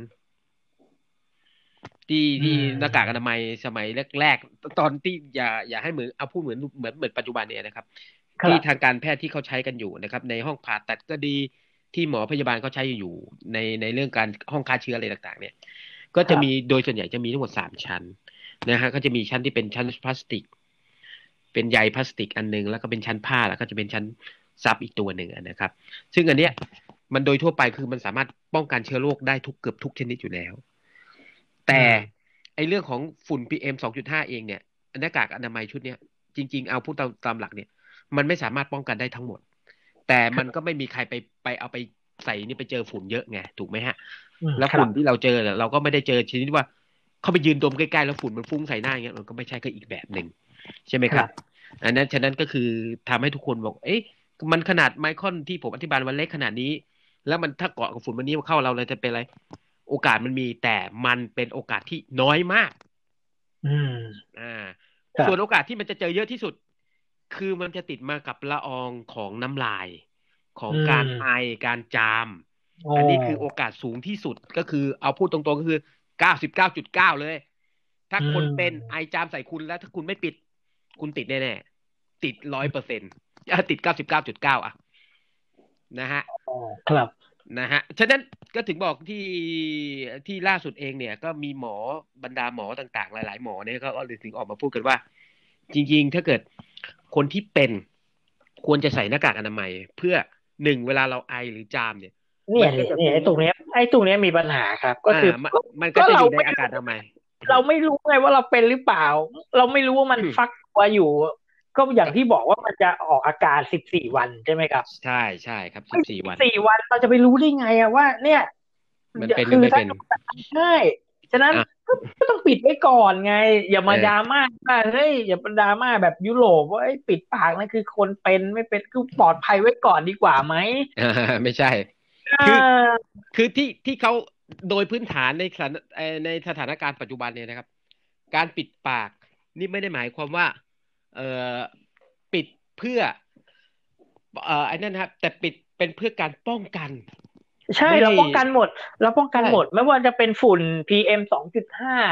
ที่ที่หน้ากากอนามัยสมัยแรกๆตอนที่อย่าอย่าให้เหมือนเอาพูดเหมือนเหมือนเหมือนปัจจุบันเนี่ยนะครับที่ทางการแพทย์ที่เขาใช้กันอยู่นะครับในห้องผ่าตัดก็ดีที่หมอพยาบาลเขาใช้อยู่ในในเรื่องการห้องฆ่าเชื้ออะไรต่างๆเนี่ยก็จะมีโดยส่วนใหญ่จะมีทั้งหมดสามชั้นนะฮะก็จะมีชั้นที่เป็นชั้นพลาสติกเป็นใยพลาสติกอันนึงแล้วก็เป็นชั้นผ้าแล้วก็จะเป็นชั้นซับอีกตัวหนึ่งนะครับซึ่งอันเนี้ยมันโดยทั่วไปคือมันสามารถป้องกันเชื้อโรคได้ทุกเกือบทุกชนิดอยู่แล้วแต่ไอเรื่องของฝุ่น พี เอ็ม สองจุดห้า เองเนี่ยหน้ากากอนามัยชุดเนี้ยจริงๆเอาพูดตามตามหลักเนี่ยมันไม่สามารถป้องกันได้ทั้งหมดแต่มันก็ไม่มีใครไปไปเอาไปใส่นี่ไปเจอฝุ่นเยอะไงถูกไหมฮะแล้วฝุ่นที่เราเจอเราก็ไม่ได้เจอชนิดว่าเข้าไปยืนดมใกล้ๆแล้วฝุ่นมันฟุ้งใส่หน้าอย่างเงี้ยมันก็ไม่ใช่ก็อีกแบบหนึ่งใช่ไหมครับอันนั้นฉะนั้นก็คือทำให้ทุกคนบอกเอ๊ะมันขนาดไมครอนที่ผมอธิบายวันเล็กขนาดนี้แล้วมันถ้าเกาะกับฝุ่นวันนี้เข้าเราเลยจะเป็นอะไรโอกาสมันมีแต่มันเป็นโอกาสที่น้อยมากอืมอ่าส่วนโอกาสที่มันจะเจอเยอะที่สุดคือมันจะติดมากับละอองของน้ำลายของการไอการจามอันนี้คือโอกาสสูงที่สุดก็คือเอาพูดตรงๆก็คือ เก้าสิบเก้าจุดเก้า เลยถ้าคนเป็นไอจามใส่คุณแล้วถ้าคุณไม่ปิดคุณติดแน่ๆติด ร้อยเปอร์เซ็นต์ ติด เก้าสิบเก้าจุดเก้า อ่ะนะฮะครับนะฮะฉะนั้นก็ถึงบอกที่ที่ล่าสุดเองเนี่ยก็มีหมอบรรดาหมอต่างๆหลายๆหมอเนี่ยก็เลยถึงออกมาพูดกันว่าจริงๆถ้าเกิดคนที่เป็นควรจะใส่หน้ากากอนามัยเพื่อหนึ่งเวลาเราไอหรือจามเนี่ยเนี่ยเนี่ยไอ้ตรงเนี้ยไอ้ตรงเนี้ยมีปัญหาครับก็คือมันก็จะอยู่ในอากาศอนามัยเราไม่รู้ไงว่าเราเป็นหรือเปล่าเราไม่รู้ว่ามันฟักตัวอยู่ก็อย่างที่บอกว่ามันจะออกอาการสิบสี่วันใช่ไหมครับใช่ใช่ครับสิบสี่วันสิบสี่วันเราจะไปรู้ได้ไงอะว่าเนี่ยมันเป็นหรือไม่เป็นใช่ฉะนั้นก็ต้องปิดไว้ก่อนไงอย่ามาดราม่าว่าเฮ้ยอย่าเป็นดราม่าแบบยุโรปว่าไอ้ปิดปากนั่นคือคนเป็นไม่เป็นคือปลอดภัยไว้ก่อนดีกว่าไหมไม่ใช่คือคือที่ที่เขาโดยพื้นฐานในในสถานการณ์ปัจจุบันเนี่ยนะครับการปิดปากนี่ไม่ได้หมายความว่าเอ่อปิดเพื่อเอ่อไอ้นั่นครับแต่ปิดเป็นเพื่อการป้องกันใช่เราป้องกันหมดเราป้องกันหมดไม่ว่าจะเป็นฝุ่น พี เอ็ม สองจุดห้า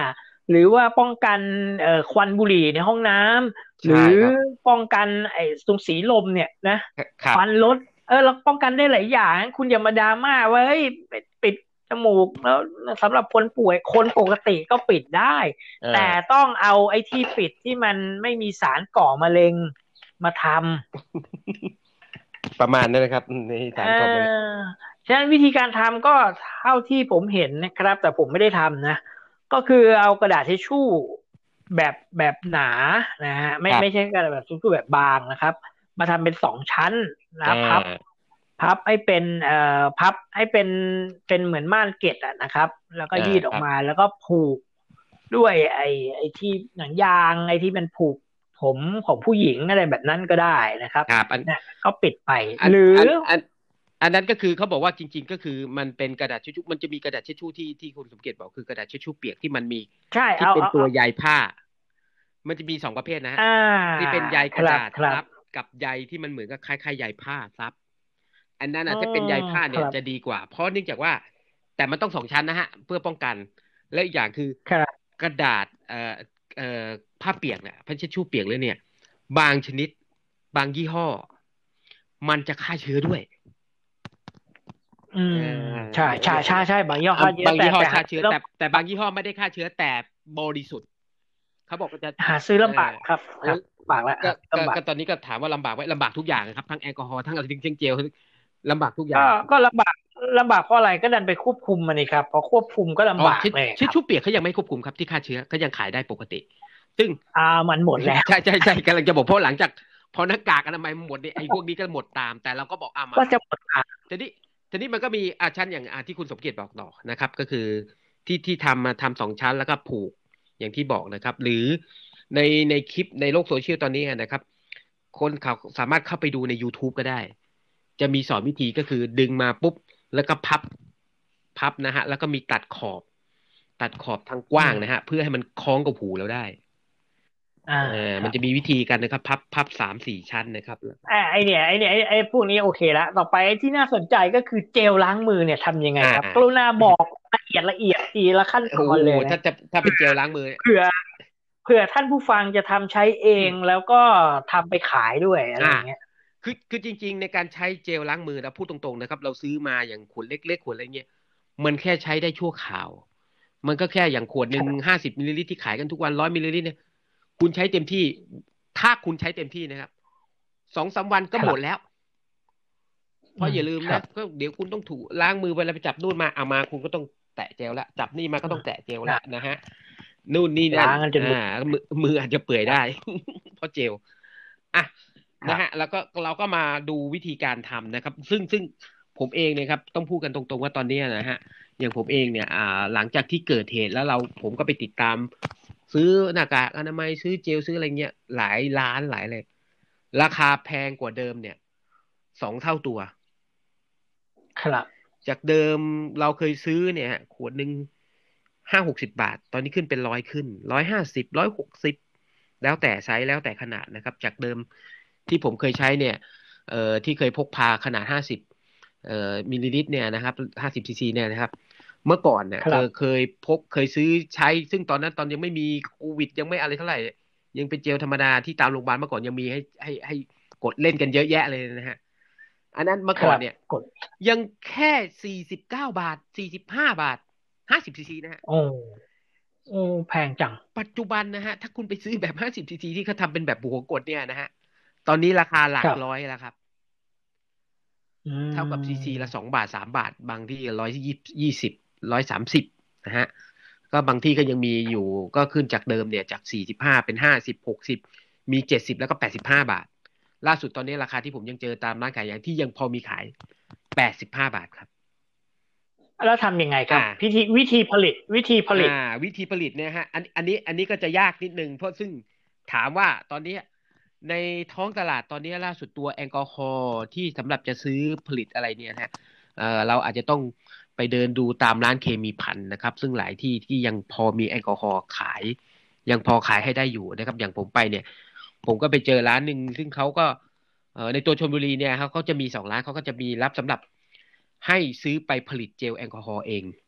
หรือว่าป้องกันเอ่อควันบุหรี่ในห้องน้ำหรืใช่อครับป้องกันไอ้ตรงสีลมเนี่ยนะครัคบวันรถเออเราป้องกันได้หลายอย่างคุณอย่ามาดราม่าว่าเฮ้ยปิดจมูกแล้วสำหรับคนป่วยคนปกติก็ปิดได้เอแต่อต้องเอาไอ้ที่ปิดที่มันไม่มีสารก่อมะเร็งมาทประมาณนั้นนะครับในำเอสารก่อมะเร็งอฉะนั้นวิธีการทำก็เท่าที่ผมเห็นนะครับแต่ผมไม่ได้ทำนะก็คือเอากระดาษทิชชู่แบบแบบหนานะฮะไม่ครับไม่ใช่กระดาษแบบทิชชู่แบบบางนะครับมาทำเป็นสองชั้นอ่นะพับาพับให้เป็นเอ่อพับให้เป็นเป็นเหมือนม่านเกล็ดอะนะครับแล้วก็อ่ายืดอครับอกมาแล้วก็ผูกด้วยไอ้ไอ้ที่หนังยางไอ้ที่มันผูกผมของผู้หญิงอะไรแบบนั้นก็ได้นะครับครับอันนะก็ปิดไปอันหรืออันอันอันนั้นก็คือเขาบอกว่าจริงๆก็คือมันเป็นกระดาษทิชชู่มันจะมีกระดาษทิชชู่ที่ที่คุณสมเกียรติบอกคือกระดาษทิชชู่เปียกที่มันมีใช่ที่เป็นตัวเอาเอาเอาใยผ้ามันจะมีสองประเภทนะฮะอ่าที่เป็นใยครับกระดาษครับซับกับใยที่มันเหมือนกับคล้ายๆใยผ้าซับอันนั้นอือ่ะถ้าเป็นใยมผ้าเนี่ยครับจะดีกว่าเพราะเนื่องจากว่าแต่มันต้องสองชั้นนะฮะเพื่อป้องกันและอีกอย่างคือครับกระดาษเอ่อเอ่อผ้าเปียกเนี่ยผ้าเช็ดชู่เปียกเลยเนี่ยบางชนิดบางยี่ห้อมันจะฆ่าเชื้อด้วยอืเอมใช่ใช่อใช่ใช่บางยี่ห้อเยบางยี่ห้ออะแต่แต่หาฆ่าเชื้อซื้อแล้วแต่แต่บางยี่ห้อไม่ได้ฆ่าเชื้อแต่บริสุทธิ์เขาบอกว่าจะหาซื้อเอลำบากอครับโอ้ครับลำบากแล้วคก็รับก็ลำบากก็ตอนนี้ก็ถามว่าลำบากไหมลำบากทุกอย่างครับทั้งแอลกอฮอล์ทั้งอะไรทั้งเจลลำบากทุกอย่าก็งก็ลำบากลำบากเพราะอะไรก็ดันไปควบคุมมันนี่ครับพอควบคุมก็อ๋อลำบากเช็ดเลยครับเช็ดชู่เปียกเขายังไม่ควบคุมครับที่ฆ่าเชื้อเขายังขายได้ปกติซึ่งอ่ามันหมดแล้วใช่ใช่ใช่กำลังจะบอกเพราะหลังจากพอหน้ากากอนามัยหมดเนี่ยไอ้พวกนี้ก็หมดตามแต่เราก็บอกอ่ามาก็จะหมดอ่ะทีนี้ทีนี้มันก็มีอาชั้นอย่างอาที่คุณสมเกียรติบอกต่อนะครับ ก็คือที่ที่ทำมาทำสองชั้นแล้วก็ผูกอย่างที่บอกนะครับ หรือในในคลิปในโลกโซเชียลตอนนี้นะครับ คนเขาสามารถเข้าไปดูใน YouTube ก็ได้ จะมีสอนวิธีก็คือดึงมาปุ๊บแล้วก็พับพับนะฮะแล้วก็มีตัดขอบ ตัดขอบทางกว้างนะฮะเพื่อให้มันคล้องกับหูเราได้อ่าเออครับมันจะมีวิธีกันนะครับพับพับสามสี่ชั้นนะครับอ่าไอเนี่ยไอเนี่ยไอไอพวกนี้โอเคละต่อไปที่น่าสนใจก็คือเจลล้างมือเนี่ยทำยังไงอ่าครับกรุณาบอกละเอียดละเอียดทีละขั้นตโอ้โหอนเลยนะถ้าจะถ้าเป็นเจลล้างมือเผื่อเผื่อท่านผู้ฟังจะทำใช้เองแล้วก็ทำไปขายด้วยอะไรอ่าอย่างเงี้ยคือคือจริงๆในการใช้เจลล้างมือนะพูดตรงๆนะครับเราซื้อมาอย่างขวดเล็กๆขวดอะไรเงี้ยมันแค่ใช้ได้ชั่วคราวมันก็แค่อย่างขวดหนึ่งห้าสิบมิลลิลิตรที่ขายกันทุกวันร้อยมิลลิลิตรเนี่ยคุณใช้เต็มที่ถ้าคุณใช้เต็มที่นะครับสองสามวันก็หมดแล้วเพราะอย่าลืมนะก็เดี๋ยวคุณต้องถูล้างมือเวลาไปจับนู่นมาเอามาคุณก็ต้องแตะเจลละจับนี่มาก็ต้องแตะเจลละนะฮะนู่นนี่นั่นล้างกันจนอ่ามือมืออาจจะเปื่อยได้ เพราะเจลอ่ะนะฮะแล้วก็เราก็มาดูวิธีการทำนะครับ ซึ่งซึ่งผมเองเนี่ยครับต้องพูดกันตรงๆว่าตอนนี้นะฮะอย่างผมเองเนี่ยอ่าหลังจากที่เกิดเหตุแล้วเราผมก็ไปติดตาม ซื้อหน้ากากอนามัยซื้อเจลซื้ออะไรเงี้ยหลายล้านหลายเลยราคาแพงกว่าเดิมเนี่ยสองเท่าตัวครับจากเดิมเราเคยซื้อเนี่ยขวดหนึ่งห้าหกสิบบาท ตอนนี้ขึ้นเป็นร้อยขึ้นร้อยห้าสิบร้อยหกสิบแล้วแต่ไซส์แล้วแต่ขนาดนะครับ จากเดิมที่ผมเคยใช้เนี่ยเอ่อที่เคยพกพาขนาดห้าสิบเอ่อมิลลิลิตรเนี่ยนะครับห้าสิบซีซีเนี่ยนะครับเมื่อก่อนเนี่ยเคยเคยพกเคยซื้อใช้ซึ่งตอนนั้นตอนยังไม่มีโควิดยังไม่อะไรเท่าไหร่ยังเป็นเจลธรรมดาที่ตามโรงพยาบาลเมื่อก่อนยังมีให้ให้ให้กดเล่นกันเยอะแยะเลยนะฮะอันนั้นเมื่อก่อนเนี่ยยังแค่สี่สิบเก้าบาทสี่สิบห้าบาทห้าสิบซีซีนะฮะโอ้โอ้แพงจังปัจจุบันนะฮะถ้าคุณไปซื้อแบบห้าสิบซีซีที่เขาทำเป็นแบบหัวกดเนี่ยนะฮะตอนนี้ราคาหลักร้อยแล้วครับเท่ากับซีซีละสองบาทสามบาทบางที่ร้อยยี่สิบร้อยสามสิบนะฮะก็บางที่ก็ยังมีอยู่ก็ขึ้นจากเดิมเนี่ยจากสี่สิบห้าเป็นห้าสิบหกสิบมีเจ็ดสิบแล้วก็แปดสิบห้าบาทล่าสุดตอนนี้ราคาที่ผมยังเจอตามร้านขายยาที่ยังพอมีขายแปดสิบห้าบาทครับแล้วทำยังไงครับวิธีวิธีผลิตวิธีผลิตอ่าวิธีผลิตเนี่ยฮะอันอันนี้อันนี้ก็จะยากนิดนึงเพราะซึ่งถามว่าตอนนี้ในท้องตลาดตอนนี้ล่าสุดตัวแอลกอฮอล์ที่สำหรับจะซื้อผลิตอะไรเนี่ยฮะเอ่อเราอาจจะต้องไปเดินดูตามร้านเคมีภัณฑ์นะครับซึ่งหลายที่ที่ยังพอมีแอลกอฮอล์ขายยังพอขายให้ได้อยู่นะครับอย่างผมไปเนี่ยผมก็ไปเจอร้านหนึ่งซึ่งเขาก็เอ่อในตัวชลบุรีเนี่ยเขาก็จะมีสองร้านเขาก็จะมีรับสำหรับให้ซื้อไปผลิตเจลแอลกอฮอล์เอง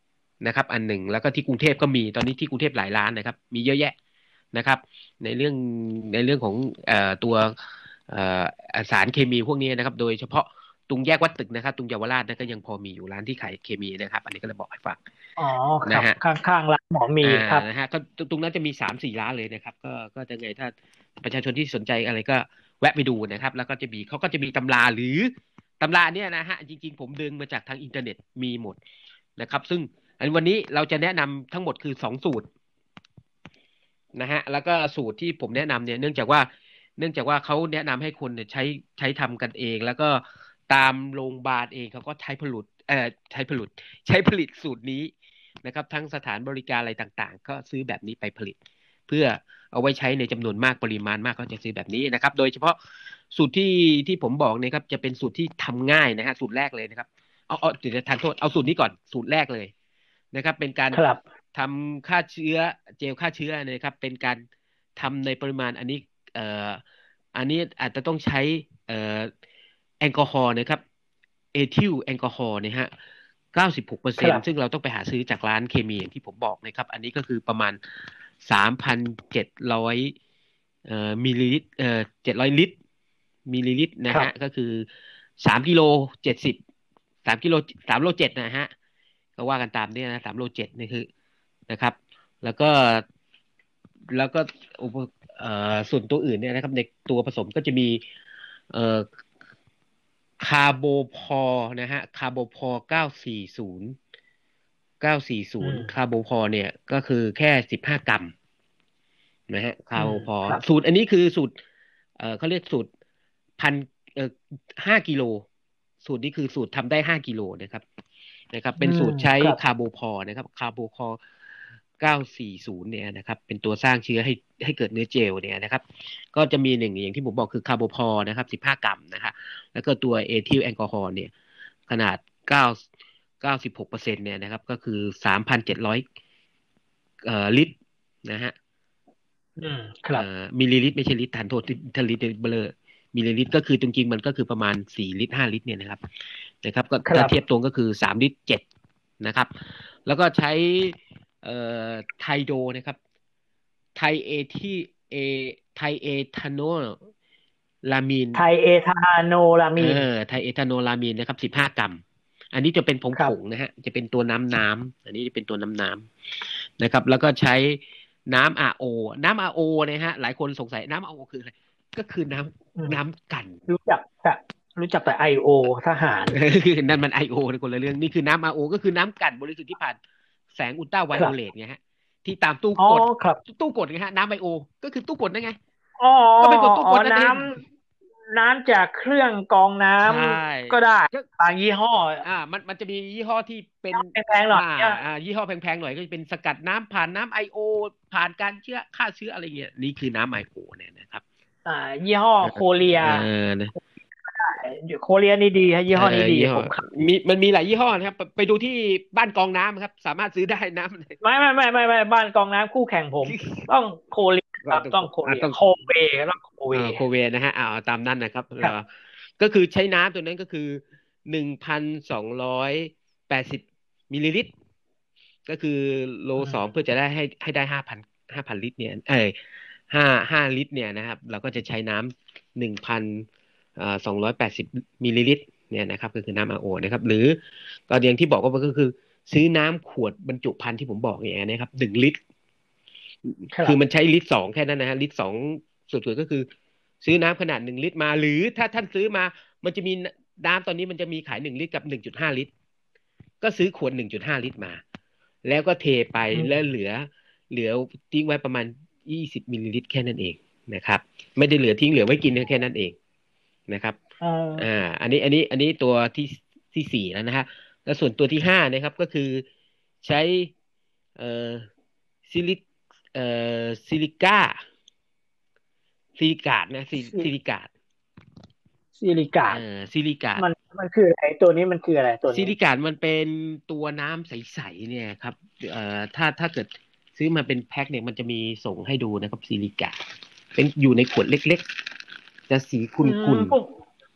นะครับอันหนึ่งแล้วก็ที่กรุงเทพก็มีตอนนี้ที่กรุงเทพหลายร้านนะครับมีเยอะแยะนะครับในเรื่องในเรื่องของเอ่อตัวเอ่อสารเคมีพวกนี้นะครับโดยเฉพาะตรงแยกวัดตึกนะครับตรงเยาวราชนะก็ยังพอมีอยู่ร้านที่ขายเคมีนะครับอันนี้ก็เลยบอกให้ฟังอ๋อครันะบฮะข้างๆร้านหมอมีอ่าครับนะฮะก็ตรงนั้นจะมีสามสี่ร้านเลยนะครับก็ก็จะไงถ้าประชาชนที่สนใจอะไรก็แวะไปดูนะครับแล้วก็จะมีเขาก็จะมีตำราหรือตำราเนี่ยนะฮะจริงๆผมดึงมาจากทางอินเทอร์เน็ตมีหมดนะครับซึ่งอันวันนี้เราจะแนะนำทั้งหมดคือสองสูตรนะฮะแล้วก็สูตรที่ผมแนะนำเนี่ยเนื่องจากว่าเนื่องจากว่าเขาแนะนำให้คนเนี่ยใช้ใช้ทำกันเองแล้วก็ตามโรงพยาบาลเองเขาก็ใช้ผลิตเอ่อใช้ผลิตใช้ผลิตสูตรนี้นะครับทั้งสถานบริการอะไรต่างๆก็ซื้อแบบนี้ไปผลิตเพื่อเอาไว้ใช้ในจำนวนมากปริมาณมากก็จะซื้อแบบนี้นะครับโดยเฉพาะสูตรที่ที่ผมบอกเนี่ยครับจะเป็นสูตรที่ทำง่ายนะฮะสูตรแรกเลยนะครับเอาเอาเดี๋ยวจะทานโทษเอาสูตรนี้ก่อนสูตรแรกเลยนะครับเป็นการครับทำฆ่าเชื้อเจลฆ่าเชื้อนะครับเป็นการทำในปริมาณอันนี้เอ่ออันนี้อาจจะต้องใช้เอ่อแอลกอฮอล์นะครับเอทิลแอลกอฮอล์นะฮะเก้าสิบหกเปอร์เซ็นครัต์บซึ่งเราต้องไปหาซื้อจากร้านเคมีอย่างที่ผมบอกนะครับอันนี้ก็คือประมาณ สามพันเจ็ดร้อย เอ่อมิลลิลิตรเอ่อเจ็ดร้อยลิตรมิลลิลิตรนะครัฮะบก็คือสามกิโลเจ็ดสิบสามกิโลสามโลเจ็ดนะฮะก็ว่ากันตามเนี่ยนะสามโลเจ็ดนี่คือนะครับแล้วก็แล้วก็อุปเอ่อส่วนตัวอื่นเนี่ยนะครับในตัวผสมก็จะมีเอ่อคาร์โบพอลนะฮะคาร์โบพอลเก้าสี่ศูนย์ เก้าสี่ศูนย์คาร์โบพอลเนี่ยก็คือแค่สิบห้ากรัมนะฮะคาร์โบพอลสูตรอันนี้คือสูตรเอ่อเขาเรียกสูตรพันเอ่อห้ากิโลสูตรนี้คือสูตรทำได้ห้ากิโลนะครับนะครับเป็นสูตรใช้คาร์โบพอลนะครับคาร์โบพอลเก้าสี่ศูนย์เนี่ยนะครับเป็นตัวสร้างเชื้อให้ให้เกิดเนื้อเจลเนี่ยนะครับก็จะมีหนึ่งอย่างที่ผมบอกคือคาร์โบพอลนะครับสิบห้ากรัมนะครับแล้วก็ตัวเอทิลแอลกอฮอล์เนี่ยขนาดเก้า เก้าสิบหกเปอร์เซ็นต์เนี่ยนะครับก็คือ สามพันเจ็ดร้อย เอ่อลิตรนะฮะอืมครับเอ่อมิลลิลิตรไม่ใช่ลิตรทานโทษถ้าลิตรเบลอมิลลิลิตรก็คือจริงๆมันก็คือประมาณสี่ลิตรห้าลิตรเนี่ยนะครับนะครับก็ถ้าเทียบตรงก็คือสามลิตรเจ็ดนะครับแล้วก็ใช้เอ่อไทโดนะครับไทเอที่เอไทเอทานอลลามีนไทเอทาโนลามีนเออไทเอทานอลลามีนนะครับสิบห้ากรัมอันนี้จะเป็นผงครับผงนะฮะจะเป็นตัวน้ำน้ำอันนี้จะเป็นตัวน้ำน้ำนะครับแล้วก็ใช้น้ำ อาร์ โอ น้ำ อาร์ โอ เนี่ยฮะหลายคนสงสัยน้ำ อาร์ โอ คืออะไรก็คือน้อืมำน้ำกันรู้จักแต่รู้จักแต่ไอโอทหารนั่นมัน ไอ โอ ในคนละเรื่องนี่คือน้ำ อาร์ โอ ก็คือน้ำกันบริสุทธิ์ที่ผ่านแสงอุลตราไวโอเลตไงฮะที่ตามตู้อ๋อกดครับตู้กดไงฮะน้ำ ไอ โอ ก็คือตู้กดนั่นไงอ๋อก็เป็นกดตู้กดนั่นเองน้ำน้ำจากเครื่องกรองน้ใช่ำก็ได้บางยี่ห้ออ่ามันมันจะมียี่ห้อที่เป็นแพงๆหน่อยอ่าอ่ายี่ห้อแพงๆหน่อยก็จะเป็นสกัดน้ำผ่านน้ำไอโอผ่านการเชื้อฆ่าเชื้ออะไรเงี้ยนี่คือน้ำไอโอเนี่ยนะครับอ่ายี่ห้อโคเรียเออนะโคเรียนี่ดีฮะยี่ห้อนี้ดีเยี่ห้ผอมขับมีมันมีหลายยี่ห้อนะครับไปไปดูที่บ้านกรองน้ำครับสามารถซื้อได้น้ำไม่ไม่ไม่ไม่ไม่บ้านกรองน้ำคู่แข่งผม ต้องโคเรียครับต้องโคเรียต้องโคเวต้องโคเวอ่าโคเวนะฮะเอาตามนั้นนะครับครับเอ่อก็คือใช้น้ำตัวนั้นก็คือหนึ่งพันสองร้อยแปดสิบมิลลิลิตรก็คือโลสองเพื่อจะได้ให้ให้ได้ห้าพันห้าพันลิตรเนี่ยเอ้ยห้าห้าลิตรเนี่ยนะครับเราก็จะใช้น้ำหนึ่งพันสองร้อยแปดสิบมิลลิลิตรเนี่ยนะครับก็คือน้ำ อาร์ โอ นะครับหรือก็อย่างที่บอกว่าก็คือซื้อน้ำขวดบรรจุภัณฑ์ที่ผมบอกอย่างนี้นะครับหนึ่งลิตรครับคือมันใช้ลิตรสองแค่นั้นนะฮะลิตรสองส่วนๆก็คือซื้อน้ำขนาดหนึ่งลิตรมาหรือถ้าท่านซื้อมามันจะมีน้ำตอนนี้มันจะมีขายหนึ่งลิตรกับหนึ่งจุดห้าลิตรก็ซื้อขวดหนึ่งจุดห้าลิตรมาแล้วก็เทไปอืมแล้วเหลือเหลือทิ้งไว้ประมาณยี่สิบมิลลิลิตรแค่นั้นเองนะครับไม่ได้เหลือทิ้งเหลือไว้กินแค่นั้นเองนะครับอ๋ออ่าอันนี้อันนี้อันนี้ตัวที่ที่สี่แล้วนะฮะแล้วส่วนตัวที่ห้านะครับก็คือใช้เอ่อซิลิเอ่อซิลิก้าซิลิกาตนะซิซิลิกาตซิลิกาตเอ่อซิลิกาตมันมันคืออะไรตัวนี้มันคืออะไรตัวซินี้ลิกาตมันเป็นตัวน้ำใสๆเนี่ยครับเอ่อถ้าถ้าเกิดซื้อมาเป็นแพ็คเนี่ยมันจะมีส่งให้ดูนะครับซิลิกาตเป็นอยู่ในขวดเล็กๆจะสีขุ่นอืมผม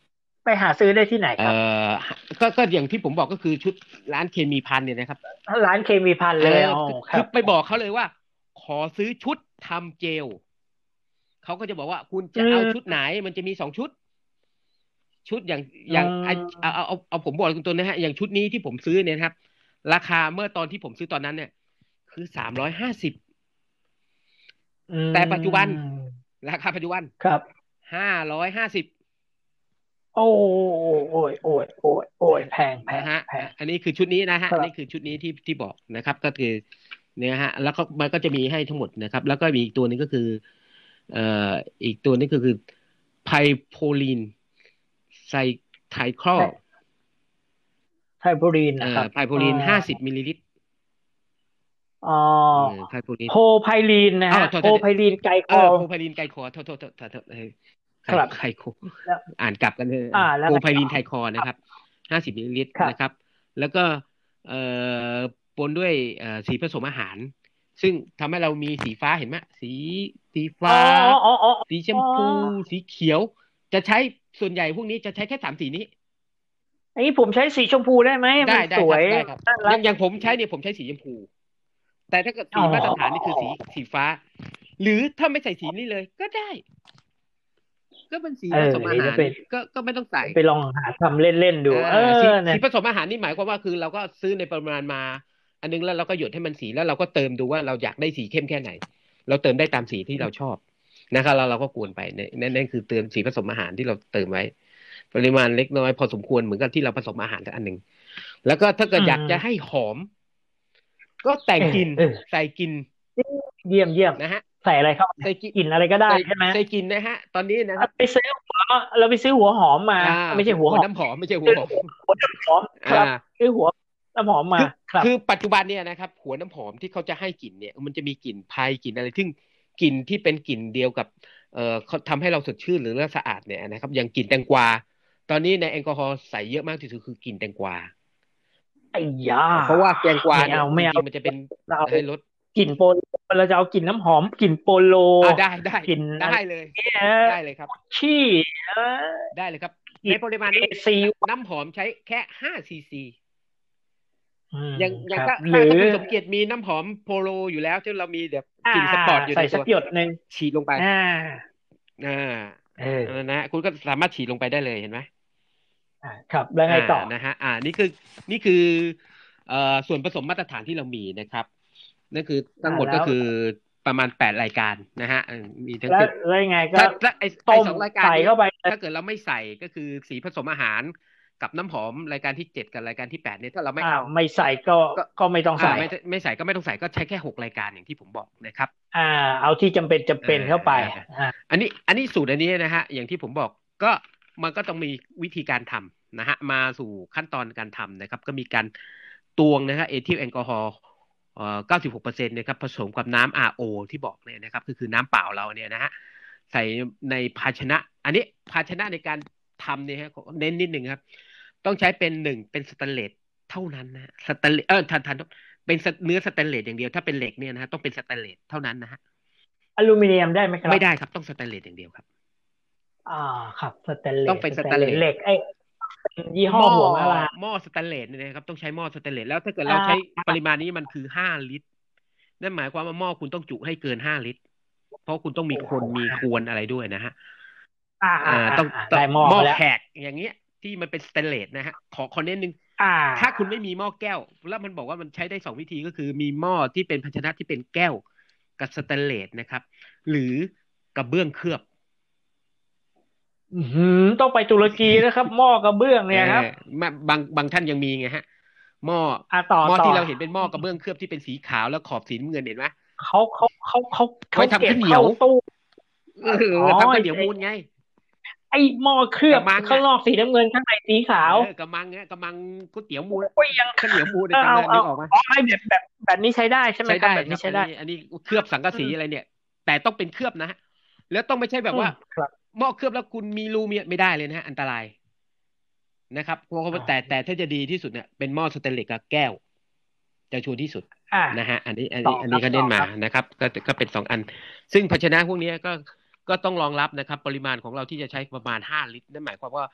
ไปหาซื้อได้ที่ไหนคเอ่รับอก็ก็อย่างที่ผมบอกก็คือชุดร้านเคมีภัณฑ์เนี่ยนะครับร้านเคมีภัณฑ์เอเลยออ๋อคือคคืรัอบ ไปบอกเขาเลยว่า ขอซื้อชุดทำเจลเขาก็จะบอกว่าคุณจะอืเอามชุดไหนมันจะมีสองชุด ชุดอย่างอือย่างไอมเอาเอาเอาเอาผมบอกตรงๆนะฮะอย่างชุดนี้ที่ผมซื้อเนี่ยนะครับ ราคาเมื่อตอนที่ผมซื้อตอนนั้นเนี่ย คือสามร้อยห้าสิบอืแต่ปัจจุบันมราคาปัจจุบันครับห้าร้อยห้าสิบโอ้โอ้ยโอ้ยโอ้ยโอ้ยแพงแพงนะฮะแพงอันนี้คือชุดนี้นะฮะครัอับนนี้คือชุดนี้ที่ที่บอกนะครับ ก็คือเนี่ยฮะ แล้วก็มันก็จะมีให้ทั้งหมดนะครับ แล้วก็มีอีกตัวหนึงก็คือ เอ่ออีกตัวนี้ก็คือไพโพลีนไซไทคลอไทโพลีนเอ่นะคอรับไพโพลีนอ๋อห้าสิบมิลลิลิตรอ๋อเออไพโพลีนโพไพลีนนะอ้าวฮะโทษโพโทษไพลีนไกลคเอออลโพไพลีนไกลคอโทษโทษโทษโทษโทษเออไคครับไคโคแล้วอ่านกลับกันเลยอ่า แล้วโพไงไพลีนต่อไทคอนะครับ ห้าสิบมิลลิลิตรครับนะครับ แล้วก็เอ่อปนด้วยเอ่อสีผสมอาหาร ซึ่งทำให้เรามีสีฟ้าเห็นไหมสีสีอ๋ฟ้าออ๋ออ๋อสีชมพู สีเขียว จะใช้ส่วนใหญ่พวกนี้จะใช้แค่สามสีนี้อันนี้ผมใช้สีชมพูได้ไหมได้มันได้สคว รัยบได้ครับน่าอรัย่าก งอย่างผมใช้เนี่ยผมใช้สีชมพู แต่ถ้าเกิดสีอ๋อมาตรฐานนี่คือสีสีฟ้า หรือถ้าไม่ใส่สีนี้เลยก็ได้ ก็เป็นสีเอผอสมอาเดี๋ยวหาจะรไปก็ก็ไม่ต้องใส่ไปลองหาทำเล่นๆดู เออ่าสีอเนี่สียผสมอาหารนี่หมายความว่าคือเราก็ซื้อในปริมาณมา อันนึงแล้วเราก็หยดให้มันสีแล้วเราก็เติมดูว่าเราอยากได้สีเข้มแค่ไหน เราเติมได้ตามสีที่เราชอบนะครับแล้วเราก็กวนไปเนี่ยนั่นนั่นคือเติมสีผสมอาหารที่เราเติมไว้ ปริมาณเล็กน้อยพอสมควรเหมือนกับที่เราผสมอาหารอันหนึ่งแล้วก็ถ้าเกิดอืมอยากจะให้หอม ก็แต่งกลิ่นเออเออใส่กลิ่นเยี่ยมเยี่ยมนะฮะใส่อะไรเข้าไปใส่กลิ่นกลิ่นอะไรก็ได้ใส่ใช่ไหมใส่กลิ่นนะฮะ ตอนนี้นะคเอารับไปซื้อหัวเราไปซื้อหัวหอมมาอ่าไม่ใช่หัวหอมน้ำหอมไม่ใช่หัวหอมหัวน้ำหอมครับอ่าซื้อหัวน้ำหอมมาคือครับคือปัจจุบันเนี่ยนะครับหัวน้ำหอมที่เขาจะให้กลิ่นเนี่ยมันจะมีกลิ่นไพรกลิ่นอะไรซึ่งกลิ่นที่เป็นกลิ่นเดียวกับเอ่อเขาทำให้เราสดชื่นหรือเราสะอาดเนี่ยนะครับอย่างกลิ่นแตงกวาตอนนี้ในแอลกอฮอล์ใส่เยอะมากที่สุดคือกลิ่นแตงกวาไอ้ยาเพราะว่าแตงกวาไม่เนี่ยเอาไม่จเอาริงๆมันจะเป็นเราเอาให้ลดกลิ่นโปโลเราจะเอากลิ่นน้ำหอมกลิ่นโปโลอ่าได้ได้กลิ่นได้เลยเนี่ยได้เลยครับชี่เออได้เลยครับกลิ่ในนปริมาณนี้ซีน้ำหอมใช้แค่ห้าซีซีอืมอย่างอย่างครับถ้าหรืถ้าอคุณสมเกียรติมีน้ำหอมโพโลอยู่แล้วที่เรามีแบบอ่ากลิ่นสปอร์ตอยู่ใส่ในสัตักวหยดหนึ่งฉีดลงไปอ่าอ่าเออนั่นนะคุณก็สามารถฉีดลงไปได้เลยเห็นไหมอ่าครับแล้วไงต่อานะฮะอ่านี่คือนี่คือเอ่อส่วนผสมมาตรฐานที่เรามีนะครับนั่นคือทั้งหมดอ่าแล้ก็วคือประมาณแปดรายการนะฮะเออมีทั้งแล้วสิบแล้วยังไงก็ถ้าถ้าไอ้ไอ้ต้มสองรายการใส่นี้เข้าไปถ้าเกิดเราไม่ใส่ก็คือสีผสมอาหารกับน้ำหอมรายการที่เจ็ดกับรายการที่แปดเนี่ยถ้าเราไม่อ่าเอาไม่ใส่ก็ก็ก็ไม่ต้องใส่อ่าไม่ไม่ใส่ก็ไม่ต้องใส่ก็ใช้แค่หกรายการอย่างที่ผมบอกนะครับอ่า เอาที่จำเป็นจำเป็นเข้าไปอ่าอ่าอันนี้อันนี้สูตรอันนี้นะฮะอย่างที่ผมบอกก็มันก็ต้องมีวิธีการทำนะฮะมาสู่ขั้นตอนการทำนะครับก็มีการตวงนะฮะเอทิลแอลกอฮอล์เอ่อ เก้าสิบหกเปอร์เซ็นต์ นะครับผสมกับน้ำ อาร์ โอ ที่บอกเนี่ยนะครับก็คือน้ำเปล่าเราเนี่ยนะฮะใส่ในภาชนะ อันนี้ภาชนะในการทำเนี่ยฮะเน้นนิดหนึ่งครับต้องใช้เป็นหนึ่งเป็นสแตนเลสเท่านั้นนะสแตนเลสเออทันทันเป็นเนื้อสแตนเลสอย่างเดียวถ้าเป็นเหล็กเนี่ยนะฮะต้องเป็นสแตนเลสเท่านั้นนะฮะอลูมิเนียมได้ไหมครับไม่ได้ครับต้องสแตนเลสอย่างเดียวครับอ่าครับสแตนเลสต้องเป็นสแตนเลสเหล็กไอ้ยี่ห้อหัวมาลาหม้อสแตนเลสเนี่ยนะครับต้องใช้หม้อสแตนเลสแล้วถ้าเกิดเราใช้อ่าปริมาณนี้มันคือห้าลิตรนั่นหมายความว่าหม้อคุณต้องจุให้เกินห้าลิตร เพราะคุณต้องมีคนมีควนอะไรด้วยนะฮะอ่าอ่าต้องอ่าต้องได้หม้อหม้อแล้วแขกอย่างเงี้ยที่มันเป็นสแตนเลสนะฮะขอขอเน้นนึงอ่าถ้าคุณไม่มีหม้อแก้วแล้วมันบอกว่ามันใช้ได้สองวิธีก็คือมีหม้อที่เป็นภาชนะที่เป็นแก้วกับสแตนเลสนะครับ หรือกระเบื้องเคลือบอื้อหือต้องไปตุรกีนะครับ หม้อกระเบื้องเนี่ยครับออบางบางท่านยังมีไงฮะหม้ออ่าต่อหม้อต่อที่เราเห็นเป็นหม้อกระเบื้องเคลือบที่เป็นสีขาวแล้วขอบสีน้ำเงินเห็นไหมเขาเขาเขาเขาเขาไว้ทำเก็บข้าวเหนียวเข้าตู้เอออ๋อทำข้าวเหนียวมูลไงไอ้หม้อเคลือบกระมังอะข้างนอกสีน้ำเงินข้างในสีขาวเออกระมังเงี้ยกระมังก๋วยเตี๋ยวมูลโอ้ยยังข้าวเหนียวมูลเอเนี่ยอจำเอาได้เอานึกออกไหมอ๋อไอ้แบบแบบแบบนี้ใช้ได้ใช่ไหมใช้ครับได้แบบนี้คใช้รับได้อันนี้อันนี้เคลือบสังกะสีอะไรเนี่ย แต่ต้องเป็นเคลือบนะฮะแล้วต้องไม่ใช่แบบว่าอืมครับหม้อเคลือบแล้วคุณมีรูมีไม่ได้เลยนะฮะอันตรายนะครับเพราะว่าแต่แต่ถ้าจะดีที่สุดเนี่ยเป็นหม้อสแตนเลสกับแก้วจะชัวร์ที่สุดอ่านะฮะอันนี้อันต่นี้ออันนี้ครัก็บเน้นต่อมาครับนะครับก็ก็เป็นสองอัน ซึ่งภาชนะพวกนี้ก็ก็ต้องรองรับนะครับ ปริมาณของเราที่จะใช้ประมาณห้าลิตรนั่นหมายความว่า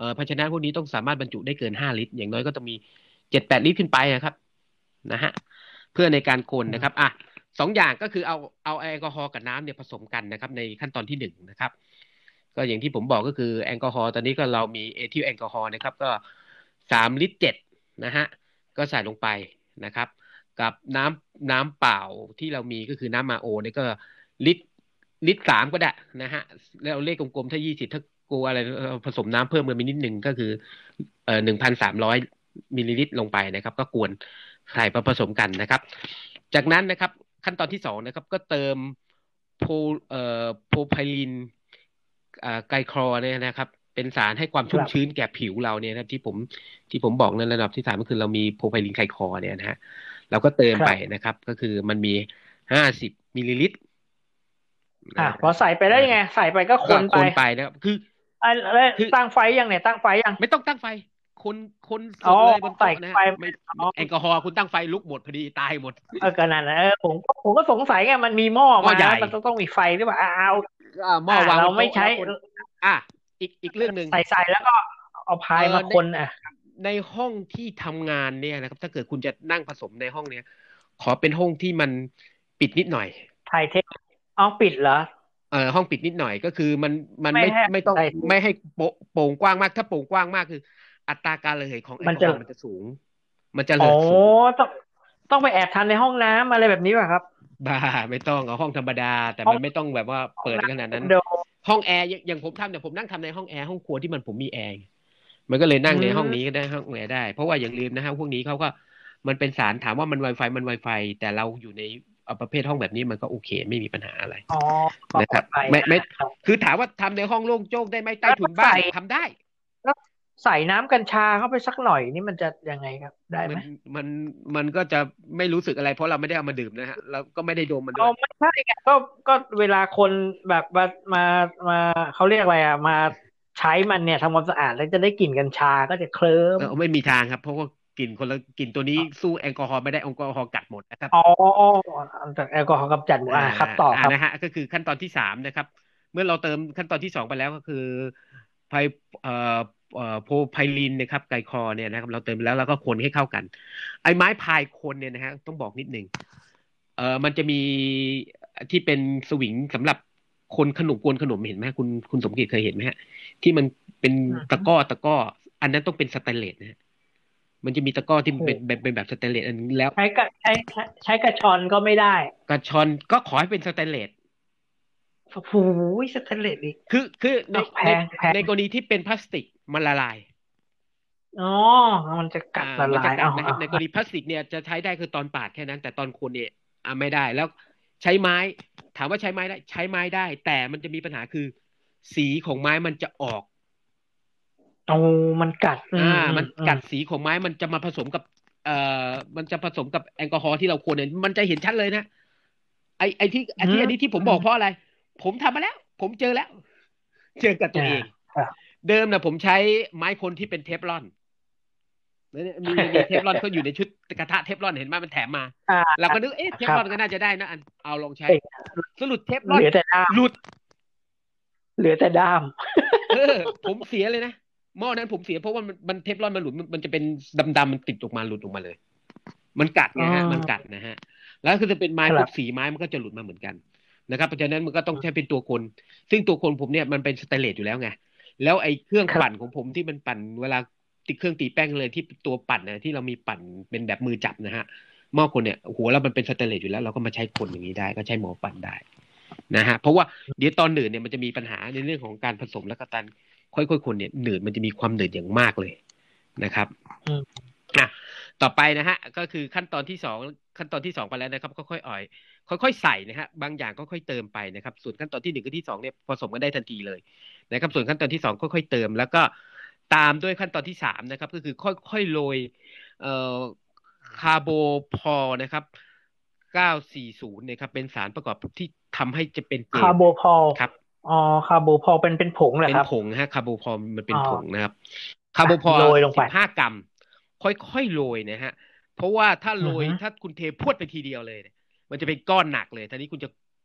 อ่อภาชนะพวกนี้ต้องสามารถบรรจุได้เกินห้าลิตรอย่างน้อยก็ต้องมี เจ็ดแปด ลิตรขึ้นไปนะครับนะฮะเพื่อในการคนนะครับอ่ะสองอย่างก็คือเอาเอาแอลกอฮอล์กับน้ำเนี่ยผสมกันนะครับในขั้นตอนที่หนึ่งนะครับก็อย่างที่ผมบอกก็คือแอลกอฮอล์ตอนนี้ก็เรามีเอทิลแอลกอฮอล์นะครับก็สามลิตรเจ็ดนะฮะก็ใส่ลงไปนะครับกับน้ำน้ำเปล่าที่เรามีก็คือน้ำมาโอเนี่ยก็ลิตรลิตรสามก็ได้นะฮะแล้วเลขกลมๆถ้ายี่สิบถ้ากลัวอะไรผสมน้ำเพิ่มกันไปนิดนึงก็คือเอ่อหนึ่งพันสามร้อยมิลลิลิตรลงไปนะครับก็กวนใส่ผสมกันนะครับจากนั้นนะครับขั้นตอนที่สองนะครับก็เติมโพเอ่อโพไพลินอ่าไกลคลอเนี่ยนะครับเป็นสารให้ความชุ่มชื้นแก่ผิวเราเนี่ยนะครับที่ผมที่ผมบอกในระดับที่สามก็คือเรามีโพไพลินไกลคลอเนี่ยนะฮะเราก็เติมไปนะครับก็คือมันมีห้าสิบมิลลิลิตรอ่ะพอใส่ไปได้ยังไงใส่ไปก็คนไปคนไปนะครับคือไอ้แล้วตั้งไฟยังเนี่ยตั้งไฟยังไม่ต้องตั้งไฟคนคนสดเลยบนโต๊ะนะไม่แอลกอฮอล์คุณตั้งไฟลุกหมดพอดีตายหมดเออก็นั่นนะเออผมผมก็สงสัยไงมันมีหม้อมามันต้องต้องมีไฟหรือเปล่าอ้าวหม้อวางเราไม่ใช้อ่ะอีกอีกเรื่องนึงใส่ใส่แล้วก็เอาพายมาคนอ่ะในห้องที่ทำงานเนี่ยนะครับถ้าเกิดคุณจะนั่งผสมในห้องเนี้ยขอเป็นห้องที่มันปิดนิดหน่อยถ่ายเทปอ๋อปิดเหรอเออห้องปิดนิดหน่อยก็คือมันมันไม่ไม่ต้องไม่ให้โป่งกว้างมากถ้าโป่งกว้างมากคืออัตราการระเหยของแอลกอฮอล์มันจะสูงมันจะระเหยสูงโอ้ต้องต้องไปแอบทานในห้องน้ำอะไรแบบนี้ป่ะครับบ้าไม่ต้องเอาห้องธรรมดาแต่มันไม่ต้องแบบว่าเปิดขนาดนั้นห้องแอร์อย่างผมทำเนี่ยผมนั่งทำในห้องแอร์ห้องครัวที่มันผมมีแอร์มันก็เลยนั่งในห้องนี้ก็ได้ห้องแอร์ได้เพราะว่าอย่างลืมนะฮะพวกนี้เขาก็มันเป็นสารถามว่ามัน Wi-Fi มัน Wi-Fi แต่เราอยู่ในประเภทห้องแบบนี้มันก็โอเคไม่มีปัญหาอะไรนะครับไม่ไม่คือถามว่าทำในห้องโล่งโจ้งได้ไหมใต้ถุนบ้านทำได้ใส่น้ำกัญชาเข้าไปสักหน่อยนี่มันจะยังไงครับได้ไหมมันมันก็จะไม่รู้สึกอะไรเพราะเราไม่ได้เอามาดื่มนะฮะเราก็ไม่ได้ดมมันด้วยอ๋อไม่ใช่ไงก็ก็เวลาคนแบบมามามาเขาเรียกอะไรอ่ะมาใช้มันเนี่ยทำความสะอาดแล้วจะได้กลิ่นกัญชาก็จะเคลิ้มเออไม่มีทางครับเพราะว่ากลิ่นคนละกลิ่นตัวนี้สู้แอลกอฮอล์ไม่ได้แอลกอฮอล์กัดหมดนะครับอ๋อจากแอลกอฮอล์กำจัดหมดอ่าครับต่อครับนะฮะก็คือขั้นตอนที่สามนะครับเมื่อเราเติมขั้นตอนที่สองไปแล้วก็คือไพเอ่อเอ่อโพไพลินนะครับไกลคลอเนี่ยนะครับเราเติมแล้วเราก็คนให้เข้ากันไอ้ไม้พายคนเนี่ยนะฮะต้องบอกนิดนึงเอ่อมันจะมีที่เป็นสวิงสำหรับคนขนมกวนขนมเห็นไหมคุณคุณสมเกียรติเคยเห็นไหมฮะที่มันเป็นตะก้อตะก้ออันนั้นต้องเป็นสแตนเลสนะฮะมันจะมีตะก้อที่เป็นแบบเป็นแบบสแตนเลสอันนี้แล้วใช้กระใช้ใช้กระชอนก็ไม่ได้กระชอนก็ขอให้เป็นสแตนเลสโอ้โหสแตนเลสอีกคือคือในในในกรณีที่เป็นพลาสติกมันละลายอ๋อมันจะกัดละลายนะครับในกรณีพลาสติกเนี่ยจะใช้ได้คือตอนปาดแค่นั้นแต่ตอนคนเนี่ยอ่ะไม่ได้แล้วใช้ไม้ถามว่าใช้ไม้ได้ใช้ไม้ได้แต่มันจะมีปัญหาคือสีของไม้มันจะออกโอ้มันกัดอ่ามันกัดสีของไม้มันจะมาผสมกับเอ่อมันจะผสมกับแอลกอฮอล์ที่เราควรเนี่ยมันจะเห็นชัดเลยนะไอไอที่ไอที่อันนี้ที่ผมบอกเพราะอะไรผมทำมาแล้วผมเจอแล้วเจอกับตัวเองเดิมนะผมใช้ไม้คนที่เป็นเทฟลอนมีมีเทฟลอนเขาอยู่ในชุดกระทะเทฟลอนเห็นไหมมันแถมมาเราก็นึกเอ๊ะเทฟลอนก็น่าจะได้นะอันเอาลองใช้สรุปเทฟลอนหลุดเหลือแต่ด้ามเออผมเสียเลยนะหม้อนั้นผมเสียเพราะว่ามันมันเทฟลอนมันหลุดมันจะเป็นดำๆมันติดออกมาหลุดออกมาเลยมันกัดไงฮะมันกัดนะฮะแล้วคือจะเป็นไม้พวกสีไม้มันก็จะหลุดมาเหมือนกันนะครับเพราะฉะนั้นมันก็ต้องใช้เป็นตัวคนซึ่งตัวคนผมเนี่ยมันเป็นสแตนเลสอยู่แล้วไงแล้วไอ้เครื่องปั่นของผมที่มันปั่นเวลาติดเครื่องตีแป้งเลยที่ตัวปั่นนะที่เรามีปั่นเป็นแบบมือจับนะฮะหม้อคนเนี่ยหัวเรามันเป็นสแตนเลสอยู่แล้วเราก็มาใช้คนอย่างนี้ได้ก็ใช้หม้อปั่นได้นะฮะเพราะว่าเดี๋ยวตอนหนืดเนี่ยมันจะมีปัญหาในเรื่องของการผสมและก็การค่อยๆคนเนี่ยหนืดมันจะมีความหนืดอย่างมากเลยนะครับอ่ะต่อไปนะฮะก็คือขั้นตอนที่สองขั้นตอนที่สองไปแล้วนะครับค่อยๆอ่อยค่อยๆใส่นะฮะบางอย่างก็ค่อยเติมไปนะครับส่วนขั้นตอนที่หนึ่งกับที่สองเนี่ยผสมกันได้ทันทีเลยนะครับส่วนขั้นตอนที่สองค่อยๆเติมแล้วก็ตามด้วยขั้นตอนที่สามนะครับก็คือค่อยๆโรยเอ่อคาร์โบพอลนะครับเก้าสี่ศูนย์นะครับเป็นสารประกอบที่ทำให้จะเป็นคาร์โบพอลครับอ๋อคาร์โบพอลเป็นเป็นผงเหรอครับเป็นผงฮะคาร์โบพอลมันเป็นผงนะครับคาร์โบพอลสิบห้ากรัมค่อยๆโรยนะฮะเพราะว่าถ้าโรยถ้าคุณเทพรวดไปทีเดียวเลยมันจะเป็นก้อนหนักเลยทีนี้คุณจะ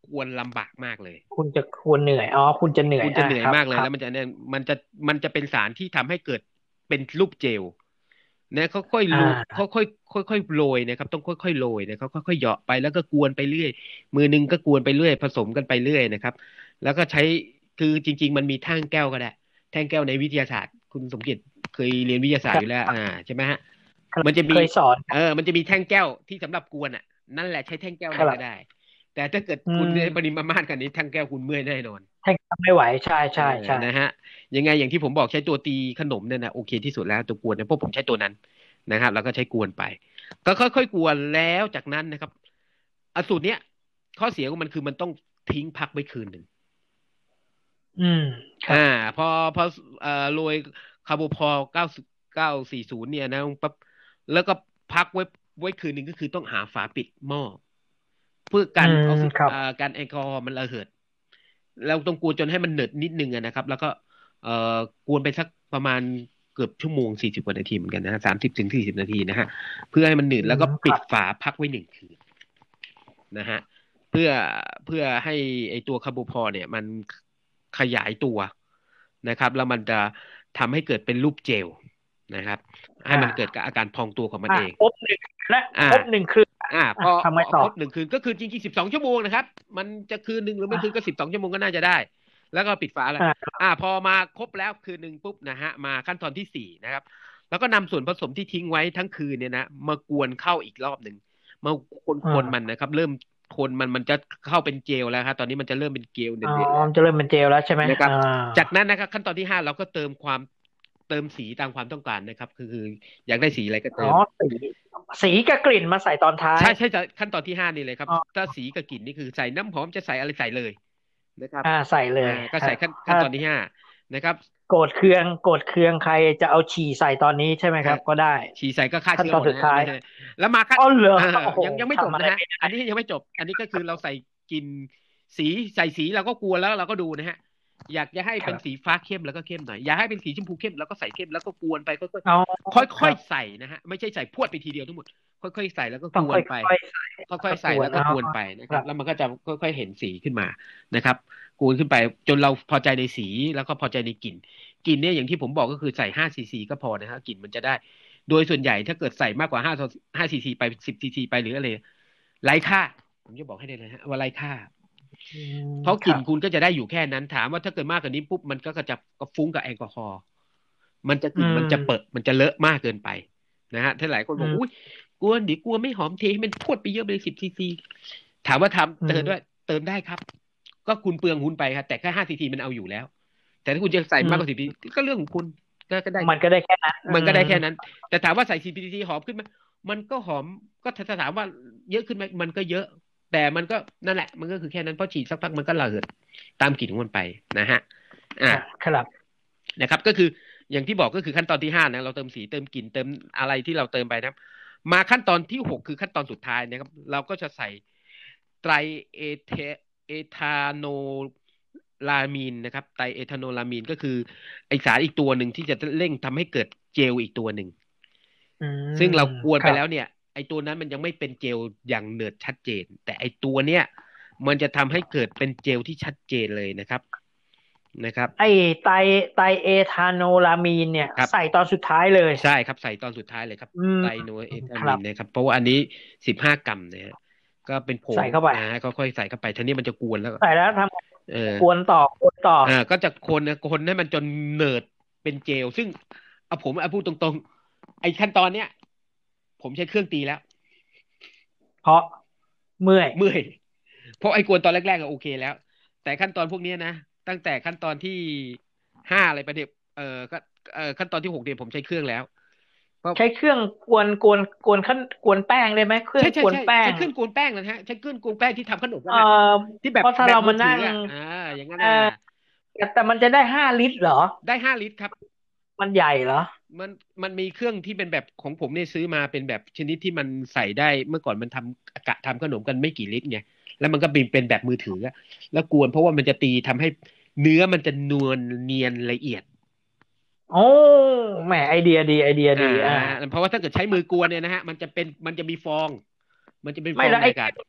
กวนลำบากมากเลยคุณจะควรเหนื่อยอ๋อคุณจะเหนื่อยคุณจะเหนื่อยมากเลยครับแล้วมันจะเนี่ยมันจะมันจะเป็นสารที่ทำให้เกิดเป็นรูปเจลนะค่อยๆโรยอ่าค่อยๆค่อยๆโรยนะครับต้องค่อยๆโรยนะครับค่อยๆเหยาะไปแล้วก็กวนไปเรื่อยมือนึงก็กวนไปเรื่อยผสมกันไปเรื่อยนะครับแล้วก็ใช้คือจริงๆมันมีแท่งแก้วก็ได้แท่งแก้วในวิทยาศาสตร์คุณสมเกียรติเคยเรียนวิทยาศาสตร์อยู่แล้วอ่าใช่ไหมฮะมันจะมีเคยสอนเออมันจะมีแท่งแก้วที่สำหรับกวนอ่ะนั่นแหละใช้แท่งแก้วไหนก็ได้แต่ถ้าเกิดคุณในปริมาณขนาดนี้แท่งแก้วคุณเมื่อยแน่นอนแท่งแก้วไม่ไหวใช่ใช่ใช่นะฮะยังไงอย่างที่ผมบอกใช้ตัวตีขนมเนี่ยนะโอเคที่สุดแล้วตัวกวนเนี่ยพวกผมใช้ตัวนั้นนะครับแล้วก็ใช้กวนไปก็ค่อยๆกวนแล้วจากนั้นนะครับอสูตรเนี้ยข้อเสียของมันคือมันต้องทิ้งพักไว้คืนหนึ่งอืมอ่าพอพอเอ่อโรยคาร์โบพอลเก้าเก้าสี่ศูนย์เนี่ยนะปั๊บแล้วก็พักไว้ไว้คืนหนึ่งก็คือต้องหาฝาปิดหม้อเพื่อกันออกซิการแอลกอฮอล์มันระเหิดเราต้องกวนจนให้มันเหนดนิดนึงนะครับแล้วก็เอ่อกวนไปสักประมาณเกือบชั่วโมงสี่สิบกว่านาทีเหมือนกันนะฮะสามสิบถึงสี่สิบนาทีนะฮะเพื่อให้มันหนืดแล้วก็ปิดฝาพักไว้หนึ่งคืนนะฮะเพื่อเพื่อให้ไอตัวคาร์โบพอลเนี่ยมันขยายตัวนะครับแล้วมันจะทำให้เกิดเป็นรูปเจลนะครับให้มันเกิดกับอาการพองตัวของมันเองครบหนึ่งและครบหนึ่งคืนอ่าพอทำไมต่อครบหนึ่งคืนก็คือจริงๆสิบสองชั่วโมงนะครับมันจะคืนหนึ่งหรือไม่คืนก็สิบสองชั่วโมงก็น่าจะได้แล้วก็ปิดฝาแล้วอ่าพอมาครบแล้วคืนหนึ่งปุ๊บนะฮะมาขั้นตอนที่สี่นะครับแล้วก็นำส่วนผสมที่ทิ้งไว้ทั้งคืนเนี่ยนะมากวนเข้าอีกรอบหนึ่งมาคนๆมันนะครับเริ่มคนมันมันจะเข้าเป็นเจลแล้วครับตอนนี้มันจะเริ่มเป็นเจลเดือดๆอ๋อจะเริ่มเป็นเจลแล้วใช่ไหมนะครับจากนั้นนะครับขั้นตอนที่ห้าเราก็เติมความเติมสีตามความต้องการนะครับคือคืออยากได้สีอะไรก็เติมอ๋อสีสีกับกลิ่นมาใส่ตอนท้ายใช่ใช่ขั้นตอนที่ห้านี่เลยครับถ้าสีกับกลิ่นนี่คือใส่น้ำหอมจะใส่อะไรใส่เลยนะครับอ่าใส่เลยก็ใส่ขั้นขั้นตอนที่ห้านะครับโกรธเคืองโกรธเคืองใครจะเอาฉี่ใส่ตอนนี้ใช่ไหมครับก็ได้ฉี่ใส่ก็ฆ่าเชื้อหมดนะแล้วมาขั้นยังยังไม่จบนะฮะอันนี้ยังไม่จบอันนี้ก็คือเราใส่กลิ่นสีใส่สีเราก็กลัวแล้วเราก็ดูนะฮะอยากจะให้เป็นสีฟ้าเข้มแล้วก็เข้มหน่อยอยากให้เป็นสีชมพูเข้มแล้วก็ใส่เข้มแล้วก็กวนไปค่อยๆค่อยๆใส่นะฮะไม่ใช่ใส่พรวดไปทีเดียวทั้งหมดค่อยๆใส่แล้วก็กวนไปค่อยๆใส่แล้วก็กวนไปนะครับแล้วมันก็จะค่อยๆเห็นสีขึ้นมานะครับกวนขึ้นไปจนเราพอใจในสีแล้วก็พอใจในกลิ่นกลิ่นเนี่ยอย่างที่ผมบอกก็คือใส่ห้าซีซีก็พอนะฮะกลิ่นมันจะได้โดยส่วนใหญ่ถ้าเกิดใส่มากกว่าห้า ห้าซีซีไปสิบซีซีไปหรืออะไรไร้ค่าผมจะบอกให้ได้เลยฮะว่าไร้ค่าเพราะกลิ่นคุณก็จะได้อยู่แค่นั้นถามว่าถ้าเกิดมากกว่านี้ปุ๊บมันก็จะฟุ้งกับแอลกอฮอล์มันจะกลิ่นมันจะเปิดมันจะเลอะมากเกินไปนะฮะถ้าหลายคนบอกอุ้ยกลัวเดี๋ยวกลัวไม่หอมเทให้มันพวดไปเยอะไปสิบซีซีถามว่าทำเติมด้วยเติมได้ครับก็คุณเปลืองหุ้นไปครับแต่แค่ห้าซีซีมันเอาอยู่แล้วแต่ถ้าคุณจะใส่มากกว่าสิบซีซีก็เรื่องของคุณก็ได้มันก็ได้แค่นั้นมันก็ได้แค่นั้นแต่ถามว่าใส่สิบซีซีหอมขึ้นไหมมันก็หอมก็ถ้าถามว่าเยอะขึ้นไหมมันก็เยอะแต่มันก็นั่นแหละมันก็คือแค่นั้นเพราะฉีดสักพักมันก็ระเหิดตามกลิ่นของมันไปนะฮะอ่าครับนะครับก็คืออย่างที่บอกก็คือขั้นตอนที่ห้านะเราเติมสีเติมกลิ่นเติมอะไรที่เราเติมไปนะมาขั้นตอนที่หกคือขั้นตอนสุดท้ายนะครับเราก็จะใส่ไตรเอเทเอทาโนลามีนนะครับไตรเอทาโนลามีนก็คือไอสารอีกตัวหนึ่งที่จะเร่งทำให้เกิดเจลอีกตัวหนึ่งซึ่งเรากวนไปแล้วเนี่ยไอตัวนั้นมันยังไม่เป็นเจลอย่างเนิร์ดชัดเจนแต่ไอตัวเนี้ยมันจะทำให้เกิดเป็นเจลที่ชัดเจนเลยนะครับนะครับไอไตไตเอทาโนลามีนเนี่ยใส่ตอนสุดท้ายเลยใช่ครับใส่ตอนสุดท้ายเลยครับไตโนเอทามีนนะครับเพราะว่าอันนี้สิบห้ากรัมนะฮะก็เป็นผงใส่เข้าไปนะค่อยๆใส่เข้าไปทีนี้มันจะกวนแล้วใส่แล้วทำเออกวนต่อกวนต่ออ่าก็จะคนนะคนให้มันจนเนิร์ดเป็นเจลซึ่งเอาผมเอาพูดตรงๆไอ้ขั้นตอนเนี้ยผมใช้เครื่องตีแล้วเพราะเมื่อยเมื่อยเพราะไอ้กวนตอนแรกๆก็โอเคแล้วแต่ขั้นตอนพวกนี้นะตั้งแต่ขั้นตอนที่ห้าอะไรไปเนี่ยเออก็เออขั้นตอนที่หกเนี่ยผมใช้เครื่องแล้วใช้เครื่องกวนกวนกวนขั้นกวนแป้งได้ไหมเครื่องกวนแป้งใช้เครื่องกวนแป้งนะฮะใช้เครื่องกวนแป้งที่ทำขนมเออที่แบบเพราะถ้าเรามานั่งอ่าอย่างนั้นนะแต่มันจะได้ห้าลิตรเหรอได้ห้าลิตรครับมันใหญ่เหรอมันมันมีเครื่องที่เป็นแบบของผมเนี่ยซื้อมาเป็นแบบชนิดที่มันใส่ได้เมื่อก่อนมันทำกะทำขนมกันไม่กี่ลิตรไงแล้วมันก็เป็นเป็นแบบมือถือแล้วกวนเพราะว่ามันจะตีทำให้เนื้อมันจะนวลเนียนละเอียดโอ้แหมไอเดียดีไอเดียดีอ่าเพราะว่าถ้าเกิดใช้มือกวนเนี่ยนะฮะมันจะเป็นมันจะมีฟองมันจะเป็นฟองในอากาศ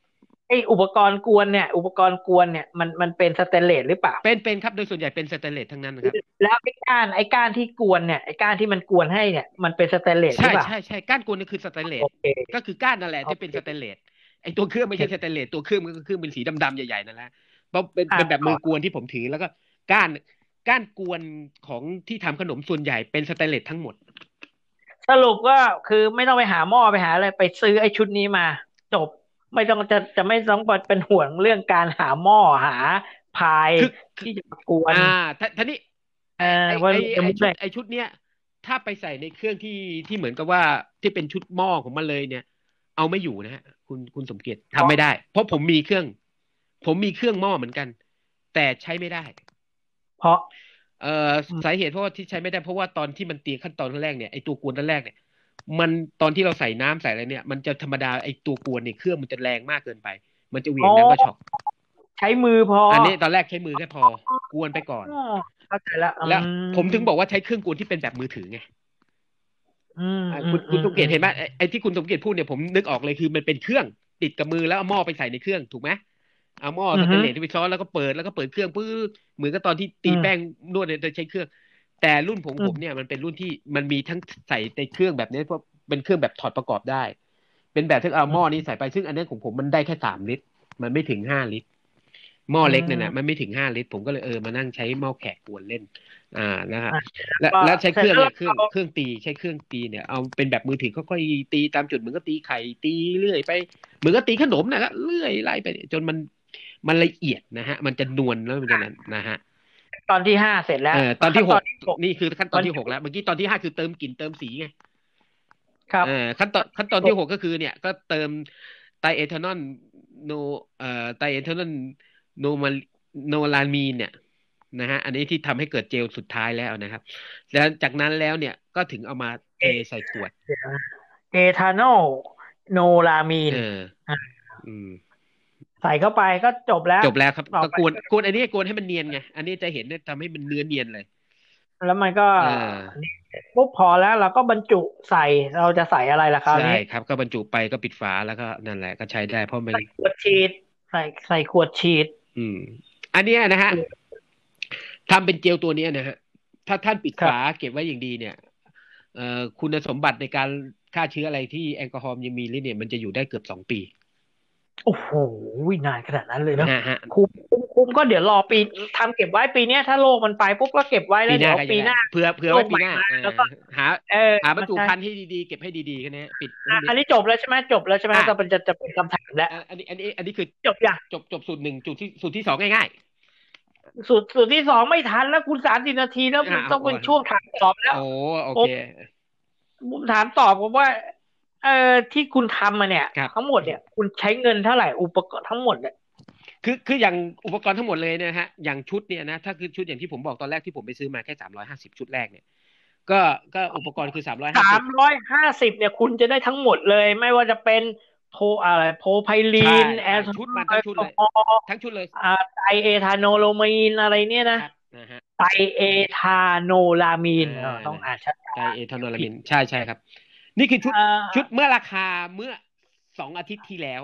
ไออุปกรณ์กวนเนี่ยอุปกรณ์กวนเนี่ยมันมันเป็นสเตนเลสหรือเปล่าเป็นเป็นครับโดยส่วนใหญ่เป็นสแตนเลสทั้งนั้นนะครับแล้วไอ้ก้านไอ้ก้านที่กวนเนี่ยไอ้ก้านที่มันกวนให้เนี่ยมันเป็นสเตนเลสหรืใช่อเปล่าใช่ใช่ก้านกวนนี่คือสแตนเลสโอเคก็คือก้านนั่นแหละโอที่เป็นเคสแตนเลสไอตัวเครื่องไม่ใช่สแตนเลสตัวเครื่องมันก็คือเครื่องเป็นสีดำๆใหญ่ๆนั่นแหละเพราะเป็นอ่าเป็นแบบต่อมือกวนที่ผมถือแล้วก็ก้านก้านกวนของที่ทำขนมส่วนใหญ่เป็นสแตนเลสทั้งหมดสรุปก็คือไม่ต้องไปหาหม้อไปหาอะไรไปซื้อไอ้ชุดนี้มาจบไม่ต้องจะจะไม่ต้องเป็นห่วงเรื่องการหาหม้อหาพายคือคือที่จะมากวนอ่าท่าท่านี้เอ่ไออว่าไอไอไอชุดจะมุกได้ไอชุดเนี้ยถ้าไปใส่ในเครื่องที่ที่เหมือนกับว่าที่เป็นชุดหม้อของมันเลยเนี่ยเอาไม่อยู่นะฮะคุณคุณสมเกียรติทำไม่ได้เพราะผมมีเครื่องผมมีเครื่องหม้อเหมือนกันแต่ใช้ไม่ได้เพราะเอ่อสาเหตุเพราะว่าที่ใช้ไม่ได้เพราะว่าตอนที่มันตีขั้นตอนแรกเนี่ยไอตัวกวนตอนแรกเนี่ยมันตอนที่เราใส่น้ำใส่อะไรเนี่ยมันจะธรรมดาไอตัวกวนเนี่ยเครื่องมันจะแรงมากเกินไปมันจะเหวี่ยงแล้วก็ช็อกใช้มือพออันนี้ตอนแรกใช้มือแค่พอกวนไปก่อนเข้าใจแล้วแล้วผมถึงบอกว่าใช้เครื่องกวนที่เป็นแบบมือถือไงคุณคุณสมเกียรติเห็นไหมไอ้ที่คุณสมเกียรติพูดเนี่ยผมนึกออกเลยคือมันเป็นเครื่องติดกับมือแล้วเอาหม้อไปใส่ในเครื่องถูกไหมเอาหม้อสแตนเลสที่ไปซ้อนแล้วก็เปิดแล้วก็เปิดเครื่องปื้อเหมือนกับตอนที่ตีแป้งนวดเนี่ยจะใช้เครื่องแต่รุ่นผมผมเนี่ยมันเป็นรุ่นที่มันมีทั้งใส่ในเครื่องแบบนี้เพราะเป็นเครื่องแบบถอดประกอบได้เป็นแบบที่เอาหม้อนี้ใส่ไปซึ่งอันนี้ของผมมันได้แค่สามลิตรมันไม่ถึงห้าลิตรหม้อเล็กเนี่ยนะมันไม่ถึงห้าลิตรผมก็เลยเออมานั่งใช้หม้อแขกกวนเล่นอ่านะฮะแล้วแล้วใช้เครื่องเนี่ยเครื่องเครื่องตีใช้เครื่องตีเนี่ยเอาเป็นแบบมือถือค่อยๆตีตามจุดเหมือนก็ตีไข่ตีเรื่อยไปเหมือนก็ตีขนมนะก็เรื่อยไล่ไปจนมันมันละเอียดนะฮะมันจะนวลแล้วมันจะนั้นนะฮะตอนที่ห้าเสร็จแล้วเออตอนที่หกนี่คือขั้นตอนที่หกแล้วเมื่อกี้ตอนที่ห้าคือเติมกลิ่นเติมสีไงครับเออขั้นตอนขั้นตอนที่หกก็คือเนี่ยก็เติมไตเอทานอลโนเอ่อไตเอทานอลโนมาโนลามีนเนี่ยนะฮะอันนี้ที่ทำให้เกิดเจลสุดท้ายแล้วนะครับแล้วจากนั้นแล้วเนี่ยก็ถึงเอามาเทใส่ขวดเอทานอลโนลามีนเอออืมใส่เข้าไปก็จบแล้วจบแล้วครับก็กวนกวนอันนี้กวนให้มันเนียนไงอันนี้จะเห็นเนี่ยทำให้มันเนื้อเนียนเลยแล้วมันก็ปุ๊บพอแล้วเราก็บรรจุใส่เราจะใส่อะไรล่ะคราวนี้ใช่ครับก็บรรจุไปก็ปิดฝาแล้วก็นั่นแหละก็ใช้ได้เพราะมันใส่ขวดชีดใส่ใส่ขวดชีดอืมอันนี้นะฮะทำเป็นเจลตัวนี้นะฮะถ้าท่านปิดฝาเก็บไว้อย่างดีเนี่ยเอ่อคุณสมบัติในการฆ่าเชื้ออะไรที่แอลกอฮอล์ยังมีฤทธิ์เนี่ยมันจะอยู่ได้เกือบสองปีโอ้โหนานขนาดนั้นเลยเนาะคุ้มคุ้มคุ้มก็เดี๋ยวรอปีทำเก็บไว้ปีนี้ถ้าโลกมันไปปุ๊บก็เก็บไว้แล้วเดี๋ยวปีหน้าเผื่อเผื่อไว้ปีหน้าแล้วก็หาหาบรรจุภัณฑ์ให้ดีๆเก็บให้ดีๆแค่นี้ปิดอันนี้จบแล้วใช่ไหมจบแล้วใช่ไหมจะเป็นจะจะเป็นคำถามแล้วอันนี้อันนี้อันนี้คือจบอย่างจบจบสูตรหนึ่งสูตรที่สูตรที่สองง่ายๆสูตรสูตรที่สองไม่ทันแล้วคุณสามสิบนาทีแล้วต้องเป็นช่วงถามตอบแล้วโอ้โอเคผมถามตอบผมว่าเอ่อที่คุณทำมาเนี่ยทั้งหมดเนี่ยคุณใช้เงินเท่าไหร่อุปกรณ์ทั้งหมดเนี่ยคือคืออย่างอุปกรณ์ทั้งหมดเลยนะฮะอย่างชุดเนี่ยนะถ้าคือชุดอย่างที่ผมบอกตอนแรกที่ผมไปซื้อมาแค่สามร้อยห้าสิบชุดแรกเนี่ยก็ก็อุปกรณ์คือสามร้อยห้าสิบสามร้อยห้าสิบเนี่ยคุณจะได้ทั้งหมดเลยไม่ว่าจะเป็นโพอะไรโพไพลีนแอลชุดมาทั้งชุดเลยทั้งชุดเลยอ่าไตเอทาโนโลมีนอะไรเนี่ยนะไตเอทาโนลามีนต้องอ่านชัดไตเอทาโนลามีนใช่ใช่ครับนี่คือชุดชุดเมื่อราคาเมื่อสองอาทิตย์ที่แล้ว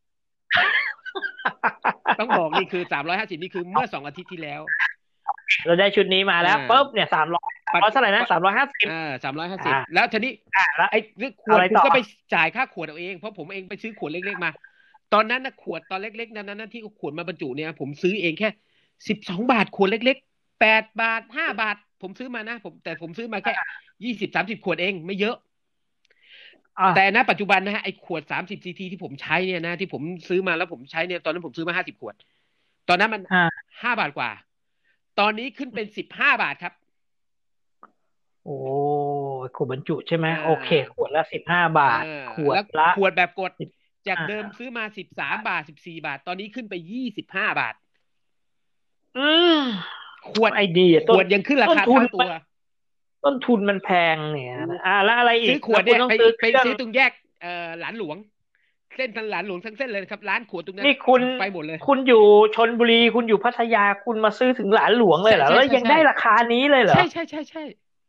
ต้องบอกนี่คือสามร้อยห้าสิบนี่คือเมื่อสองอาทิตย์ที่แล้วเราได้ชุดนี้มาแล้วปุ๊บเนี่ยสามร้อยเท่าไหร่นะสามร้อยห้าสิบอ่าสามร้อยห้าสิบแล้วทีนี้ไอ้เรื่องขวดคุณก็ไปจ่ายค่าขวดเอาเองเพราะผมเองไปซื้อขวดเล็กๆมาตอนนั้นนะขวดตอนเล็กๆนั้นนะที่ขวดมาบรรจุเนี่ยผมซื้อเองแค่สิบสองบาทขวดเล็กๆแปดบาทห้าบาทผมซื้อมานะผมแต่ผมซื้อมาแค่ยี่สิบสามสิบขวดเองไม่เยอะแต่ณปัจจุบันนะฮะไอ้ขวดสามสิบซีซีที่ผมใช้เนี่ยนะที่ผมซื้อมาแล้วผมใช้เนี่ยตอนนั้นผมซื้อมาห้าสิบขวดตอนนั้นมันห้าบาทกว่าตอนนี้ขึ้นเป็นสิบห้าบาทครับโอ้ขวดบรรจุใช่ไหมโอเคขวดละสิบห้าบาทขวดละขวดแบบกดจากเดิมซื้อมาสิบสามบาทสิบสี่บาทตอนนี้ขึ้นไปยี่สิบห้าบาทอืมขวดไอเดียขวดยังขึ้นราคาเท่าตัวต้นทุนมันแพงเนี่ยอ่าแล้วอะไรอีกซื้อขวดเนี่ยไปไปซื้อตรงแยกเอ่อหลานหลวงเส้นทางหลานหลวงทั้งเส้นเลยครับร้านขวดตรงนั้นนี่คุณไปหมดเลยคุณอยู่ชลบุรีคุณอยู่พัทยาคุณมาซื้อถึงหลานหลวงเลยเหรอแล้วยังได้ราคานี้เลยเหรอใช่ใช่ใช่ใช่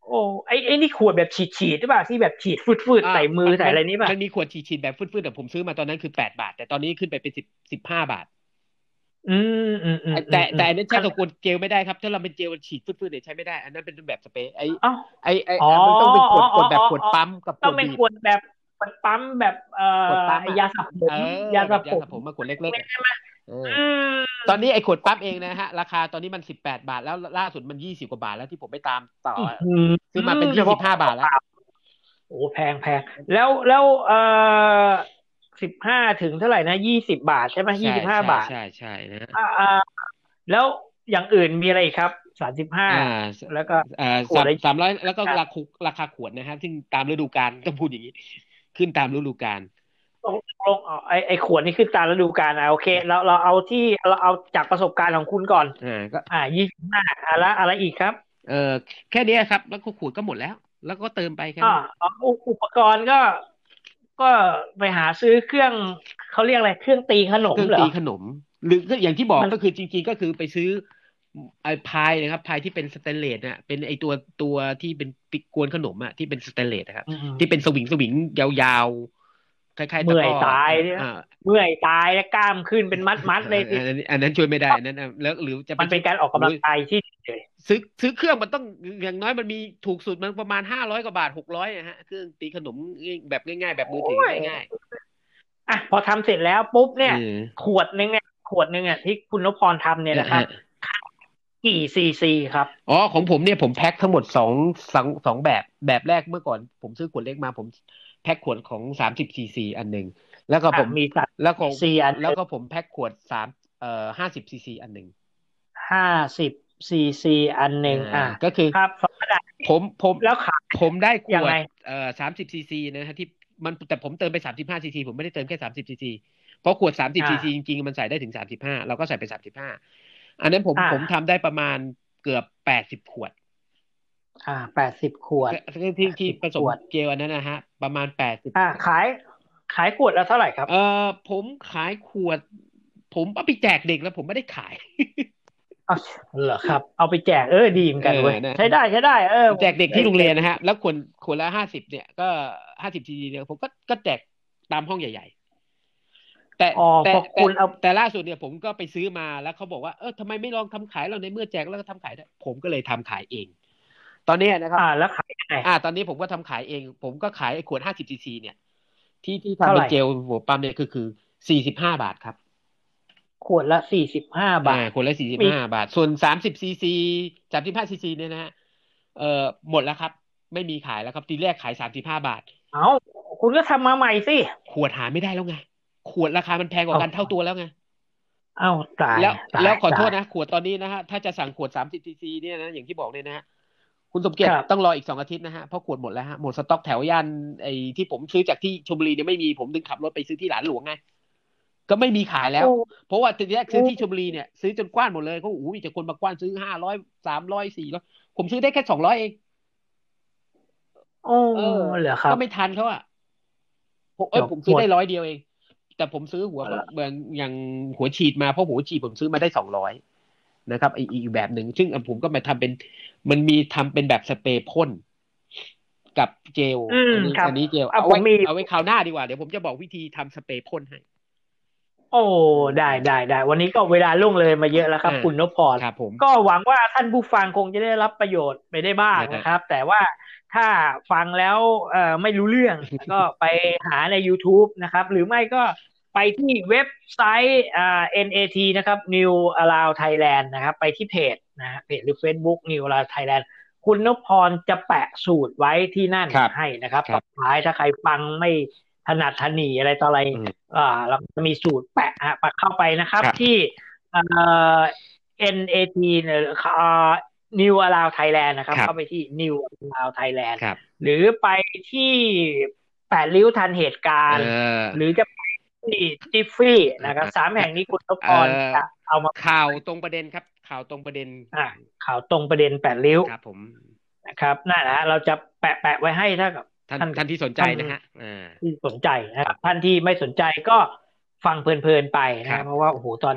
โอ้ไอ้ไอ้นี่ขวดแบบฉีดๆหรือเปล่าที่แบบฉีดฟืดๆใส่มือใส่อะไรนี้ป่ะมันมีขวดฉีดๆแบบฟืดๆแต่ผมซื้อมาตอนนั้นคือแปดบาทแต่ตอนนี้ขึ้นไปเป็นสิบ สิบห้าบาทอืมอืมอืมแต่แต่อันนั้นใช้กับขวดเจลไม่ได้ครับถ้าเราเป็นเจลฉีดฟืดๆเนี่ยใช้ไม่ได้อันนั้นเป็นแบบสเปรย์ไอ้ไอ้ไอ้มันต้องเป็นขวดขวดแบบขวดปั๊มกับขวดต้องเป็นขวดแบบขวดปั๊มแบบเอ่อยาสระผมยาสระผมมาขวดเล็กๆตอนนี้ไอ้ขวดปั๊มเองนะฮะราคาตอนนี้มันสิบแปดบาทแล้วล่าสุดมันยี่สิบกว่าบาทแล้วที่ผมไปตามต่อซื้อมาเป็นยี่สิบห้าบาทแล้วโอ้แพงแพงแล้วแล้วเอ่อสิบห้าถึงเท่าไหร่นะยี่สิบบาทใช่ไหมยี่สิบห้าบาทใช่ใช่นะอ่าแล้วอย่างอื่นมีอะไรครับสามสิบห้าแล้วก็ขวดสามร้อยแล้วก็ราคาราคาขวดนะครับซึ่งตามฤดูกาลต้องพูดอย่างนี้ขึ้นตามฤดูกาลลงลงไอไอขวดนี่ขึ้นตามฤดูกาลอ่ะโอเคเราเราเอาที่เราเอาจากประสบการณ์ของคุณก่อนอ่าก็อ่ายี่สิบห้าอะไรอะไรอีกครับเออแค่นี้ครับแล้วก็ขวดก็หมดแล้วแล้วก็เติมไปแค่นี้อ่าอุปกรณ์ก็ก็ไปหาซื้อเครื่องเขาเรียกอะไรเครื่องตีขนมเหรอเครื่องตีขนมหรืออย่างที่บอกก็คือจริงๆก็คือไปซื้อไอ้พายนะครับพายที่เป็นสแตนเลสน่ะเป็นไอ้ตัวตัวที่เป็นปิกกวนขนมอ่ะที่เป็นสแตนเลสครับที่เป็นสวิงสวิงยาวๆคล้ายๆเมื่อยตายเนี่ยเมื่อยตายแล้วกล้ามขึ้นเป็นมัดมัดเลยอันนั้นอันนั้นช่วยไม่ได้อันนั้นแล้วหรือจะมันเป็นการออกกำลังกายที่ซื้อซื้อเครื่องมันต้องอย่างน้อยมันมีถูกสุดมันประมาณห้าร้อยกว่าบาทหกร้อยนะฮะเครื่องตีขนมแบบง่ายๆแบบมือถือง่ายๆอ่ะพอทำเสร็จแล้วปุ๊บเนี่ยขวดนึงเนี่ยขวดนึงอ่ะที่คุณนพพรทำเนี่ยนะครับกี่ซีซีครับอ๋อของผมเนี่ยผมแพ็คทั้งหมดสองสองสองแบบแบบแรกเมื่อก่อนผมซื้อขวดเล็กมาผมแพ็คขวดของสามสิบซีซีอันหนึ่งแล้วก็ผมมีแล้วของแล้วก็ผมแพ็คขวดสามเอ่อห้าสิบซีซีอันหนึ่งห้าสิบซีซีอันหนึ่งอ่าก็คือครับผมผมแล้วขายผมได้ขวดเอ่อสามสิบซีซีนะฮะที่มันแต่ผมเติมไปสามสิบห้าซีซีผมไม่ได้เติมแค่สามสิบซีซีเพราะขวดสามสิบซีซีจริงๆมันใส่ได้ถึงสามสิบห้าเราก็ใส่ไปสามสิบห้าอันนั้นผมผมทำได้ประมาณเกือบแปดสิบขวดอ่าแปดสิบขวดที่ที่ผสมเจลอันนั้นนะฮะประมาณแปดสิบอ่าขายขายขวดละเท่าไหร่ครับเออผมขายขวดผมเอาไปแจกเด็กแล้วผมไม่ได้ขายอ๋อเหรอครับเอาไปแจกเออดีเหมือนกันเว้ยใช้ได้ใช้ได้เออแจกเด็กที่โรงเรียนนะฮะแล้วขวดขวดละห้าสิบเนี่ยก็ห้าสิบซีซีเนี่ยผมก็ก็แจกตามห้องใหญ่ๆแต่แต่คุณเอาแต่ล่าสุดเนี่ยผมก็ไปซื้อมาแล้วเขาบอกว่าเออทำไมไม่ลองทำขายเราในเมื่อแจกแล้วก็ทำขายได้ผมก็เลยทำขายเองตอนนี้นะครับอ่าแล้วขายยังไงอ่าตอนนี้ผมก็ทำขายเองผมก็ขายไอ้ขวดห้าสิบซีซีเนี่ยที่ที่ทำเป็นเจลหัวปั๊มเนี่ยคือคือสี่สิบห้าบาทครับขวดละสี่สิบห้าบาทขวดละสี่สิบห้าบาทส่วนสามสิบซีซีสามสิบห้าซีซีเนี่ยนะฮะเอ่อหมดแล้วครับไม่มีขายแล้วครับทีแรกขายสามสิบห้าบาทเอ้าคุณก็ทำมาใหม่สิขวดหาไม่ได้แล้วไงขวดราคามันแพงกว่ากันเท่าตัวแล้วไงเอ้าตายแล้วแล้วขอโทษนะขวดตอนนี้นะฮะถ้าจะสั่งขวดสามสิบซีซีเนี่ยนะอย่างที่บอกเนี่ยนะฮะคุณสมเกียรติต้องรออีกสองอาทิตย์นะฮะเพราะขวดหมดแล้วฮะหมดสต็อกแถวย่านไอ้ที่ผมซื้อจากที่ชลบุรีเนี่ยไม่มีผมดึงขับรถไปซื้อที่หลานหลวงไงก็ไม่มีขายแล้วเพราะว่าทีแรกซื้อที่ชลบุรีเนี่ยซื้อจนกว้านหมดเลยเขาโอ้โหมีแต่คนมากว้านซื้อห้าร้อยสามร้อยสี่ร้อยผมซื้อได้แค่สองร้อยเองโอ้เหรอครับก็ไม่ทันเขาอ่ะเอ้ยผมซื้อได้ร้อยเดียวเองแต่ผมซื้อหัวเหมือนอย่างหัวฉีดมาเพราะหัวฉีดผมซื้อมาได้สองร้อยนะครับอีกแบบหนึ่งซึ่งผมก็มาทำเป็นมันมีทำเป็นแบบสเปรย์พ่นกับเจลอันนี้อันนี้เจลเอาไว้เอาไว้คราวหน้าดีกว่าเดี๋ยวผมจะบอกวิธีทำสเปรย์พ่นให้โอ้ได้ได้ได้วันนี้ก็เวลาล่วงเลยมาเยอะแล้วครับคุณนพพรก็หวังว่าท่านผู้ฟังคงจะได้รับประโยชน์ไปได้บ้างนะครับแต่ว่าถ้าฟังแล้วเอ่อไม่รู้เรื่องก็ไปหาใน YouTube นะครับหรือไม่ก็ไปที่เว็บไซต์อ่า เอ็น เอ ที นะครับ New Allow Thailand นะครับไปที่เพจนะฮะเพจหรือ Facebook New Allow Thailand คุณนพพรจะแปะสูตรไว้ที่นั่นให้นะครับสุดท้ายถ้าใครฟังไม่ถนัดถนีอะไรต่ออะไรอ่าเราจะมีสูตรแปะฮะเข้าไปนะครับที่เอ่อ เอ็น เอ ที เนี่ยเอ่อ New Allow Thailand นะครับเข้าไปที่ New Allow Thailand หรือไปที่แปดริ้วทันเหตุการณ์หรือจะไปที่จิฟฟี่นะครับสามแห่งนี้คุณนพพรจะเอามาข่าวตรงประเด็นครับข่าวตรงประเด็นอ่าข่าวตรงประเด็นแปดริ้วครับผมนะครับนั่นแหละเราจะแปะแปะไว้ให้ถ้ากับท่านท่านที่สนใจนะฮะที่สนใจนะครับท่านที่ไม่สนใจก็ฟังเพลินๆไปนะเพราะว่าโอ้โหตอนนี้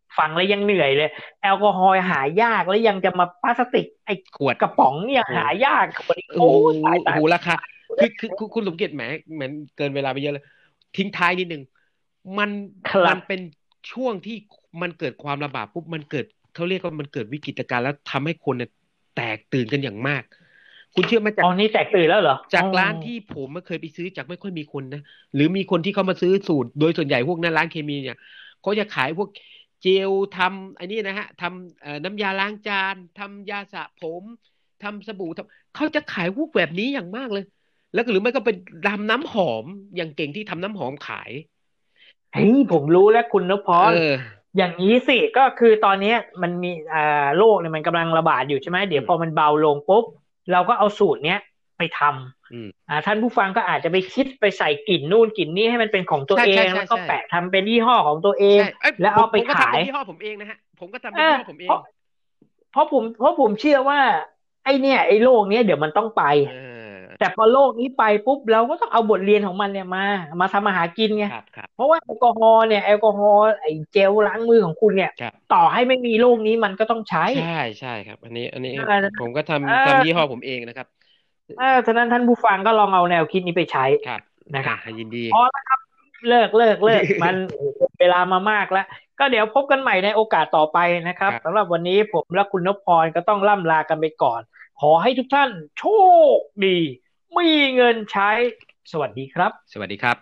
ฟังแล้วยังเหนื่อยเลยแอลกอฮอล์หายากแล้วยังจะมาพลาสติกไอ้ขวดกระป๋องยังหายากกว่านี้โอ้โอ้โหตายตายโหราคาคือคือคือคุณสมเกียรติแหมเหมือนเกินเวลาไปเยอะเลยทิ้งท้ายนิดนึงมันครับมันเป็นช่วงที่มันเกิดความระบาดปุ๊บมันเกิดเขาเรียกว่ามันเกิดวิกฤตการณ์แล้วทำให้คนเนี่ยแตกตื่นกันอย่างมาก คุณเชื่อไหมจากอ๋อนี่แตกตื่นแล้วเหรอจากอ๋อร้านที่ผมไม่เคยไปซื้อจากไม่ค่อยมีคนนะหรือมีคนที่เขามาซื้อสูตรโดยส่วนใหญ่พวกนั้นร้านเคมีเนี่ยเขาจะขายพวกเจลทำไอ้นี่นะฮะทำเอ่อน้ำยาล้างจานทำยาสระผมทำสบู่ทำเขาจะขายพวกแบบนี้อย่างมากเลย แล้วก็หรือไม่ก็เป็นทำน้ำหอมอย่างเก่งที่ทำน้ำหอมขายเฮ้ยผมรู้แล้วคุณนพพรเอออย่างนี้สิก็คือตอนเนี้ยมันมีอ่าโรคเนี่ยมันกำลังระบาดอยู่ใช่ไหมเดี๋ยวพอมันเบาลงปุ๊บเราก็เอาสูตรเนี้ยไปทำอืมอ่าท่านผู้ฟังก็อาจจะไปคิดไปใส่กลิ่นนู่นกลิ่นนี่ให้มันเป็นของตัวใช่เอใช่งใช่แล้วก็ใช่แปะทำเป็นยี่ห้อของตัวเองใช่เอ้ยแล้วผมเอาไปผมก็ทำขายเป็นยี่ห้อผมเองนะฮะผมก็ทำเป็นเออยี่ห้อผมเอเพงราะเพราะผมเพราะผมเชื่อว่า ไอเนี่ยไอโรคเนี้ยเดี๋ยวมันต้องไปเออแต่พอโลกนี้ไปปุ๊บเราก็ต้องเอาบทเรียนของมันเนี่ยมา มาทำมาหากินไงครับครับเพราะว่าแอลกอฮอล์เนี่ยแอลกอฮอล์ไอเจลล้างมือของคุณเนี่ยครับต่อให้ไม่มีโรคนี้มันก็ต้องใช้ใช่ใช่ครับ อันนี้ อันนี้เออผมก็ทำเออทำยี่ห้อผมเองนะครับเออฉะนั้นท่านผู้ฟังก็ลองเอาแนวคิดนี้ไปใช้ครับนะครับอ่ะยินดีพอแล้วครับเลิกเลิกเลิก มันเวลามามากแล้ว ก็เดี๋ยวพบกันใหม่ในโอกาสต่อไปนะครับครับสำหรับวันนี้ผมและคุณนพพรก็ต้องล่ำลากันไปก่อน ขอให้ทุกท่านโชคดี มีเงินใช้ สวัสดีครับสวัสดีครับ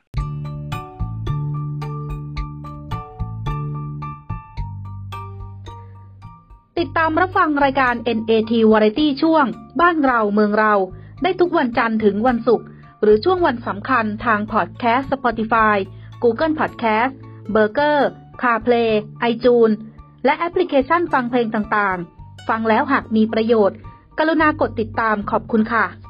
ติดตามรับฟังรายการ เอ็น เอ ที Variety ช่วงบ้านเราเมืองเราได้ทุกวันจันทร์ถึงวันศุกร์หรือช่วงวันสำคัญทางพอดแคสต์ Spotify Google Podcast Breaker CarPlay iTunes และแอปพลิเคชันฟังเพลงต่างๆ ฟังแล้วหากมีประโยชน์กรุณากดติดตามขอบคุณค่ะ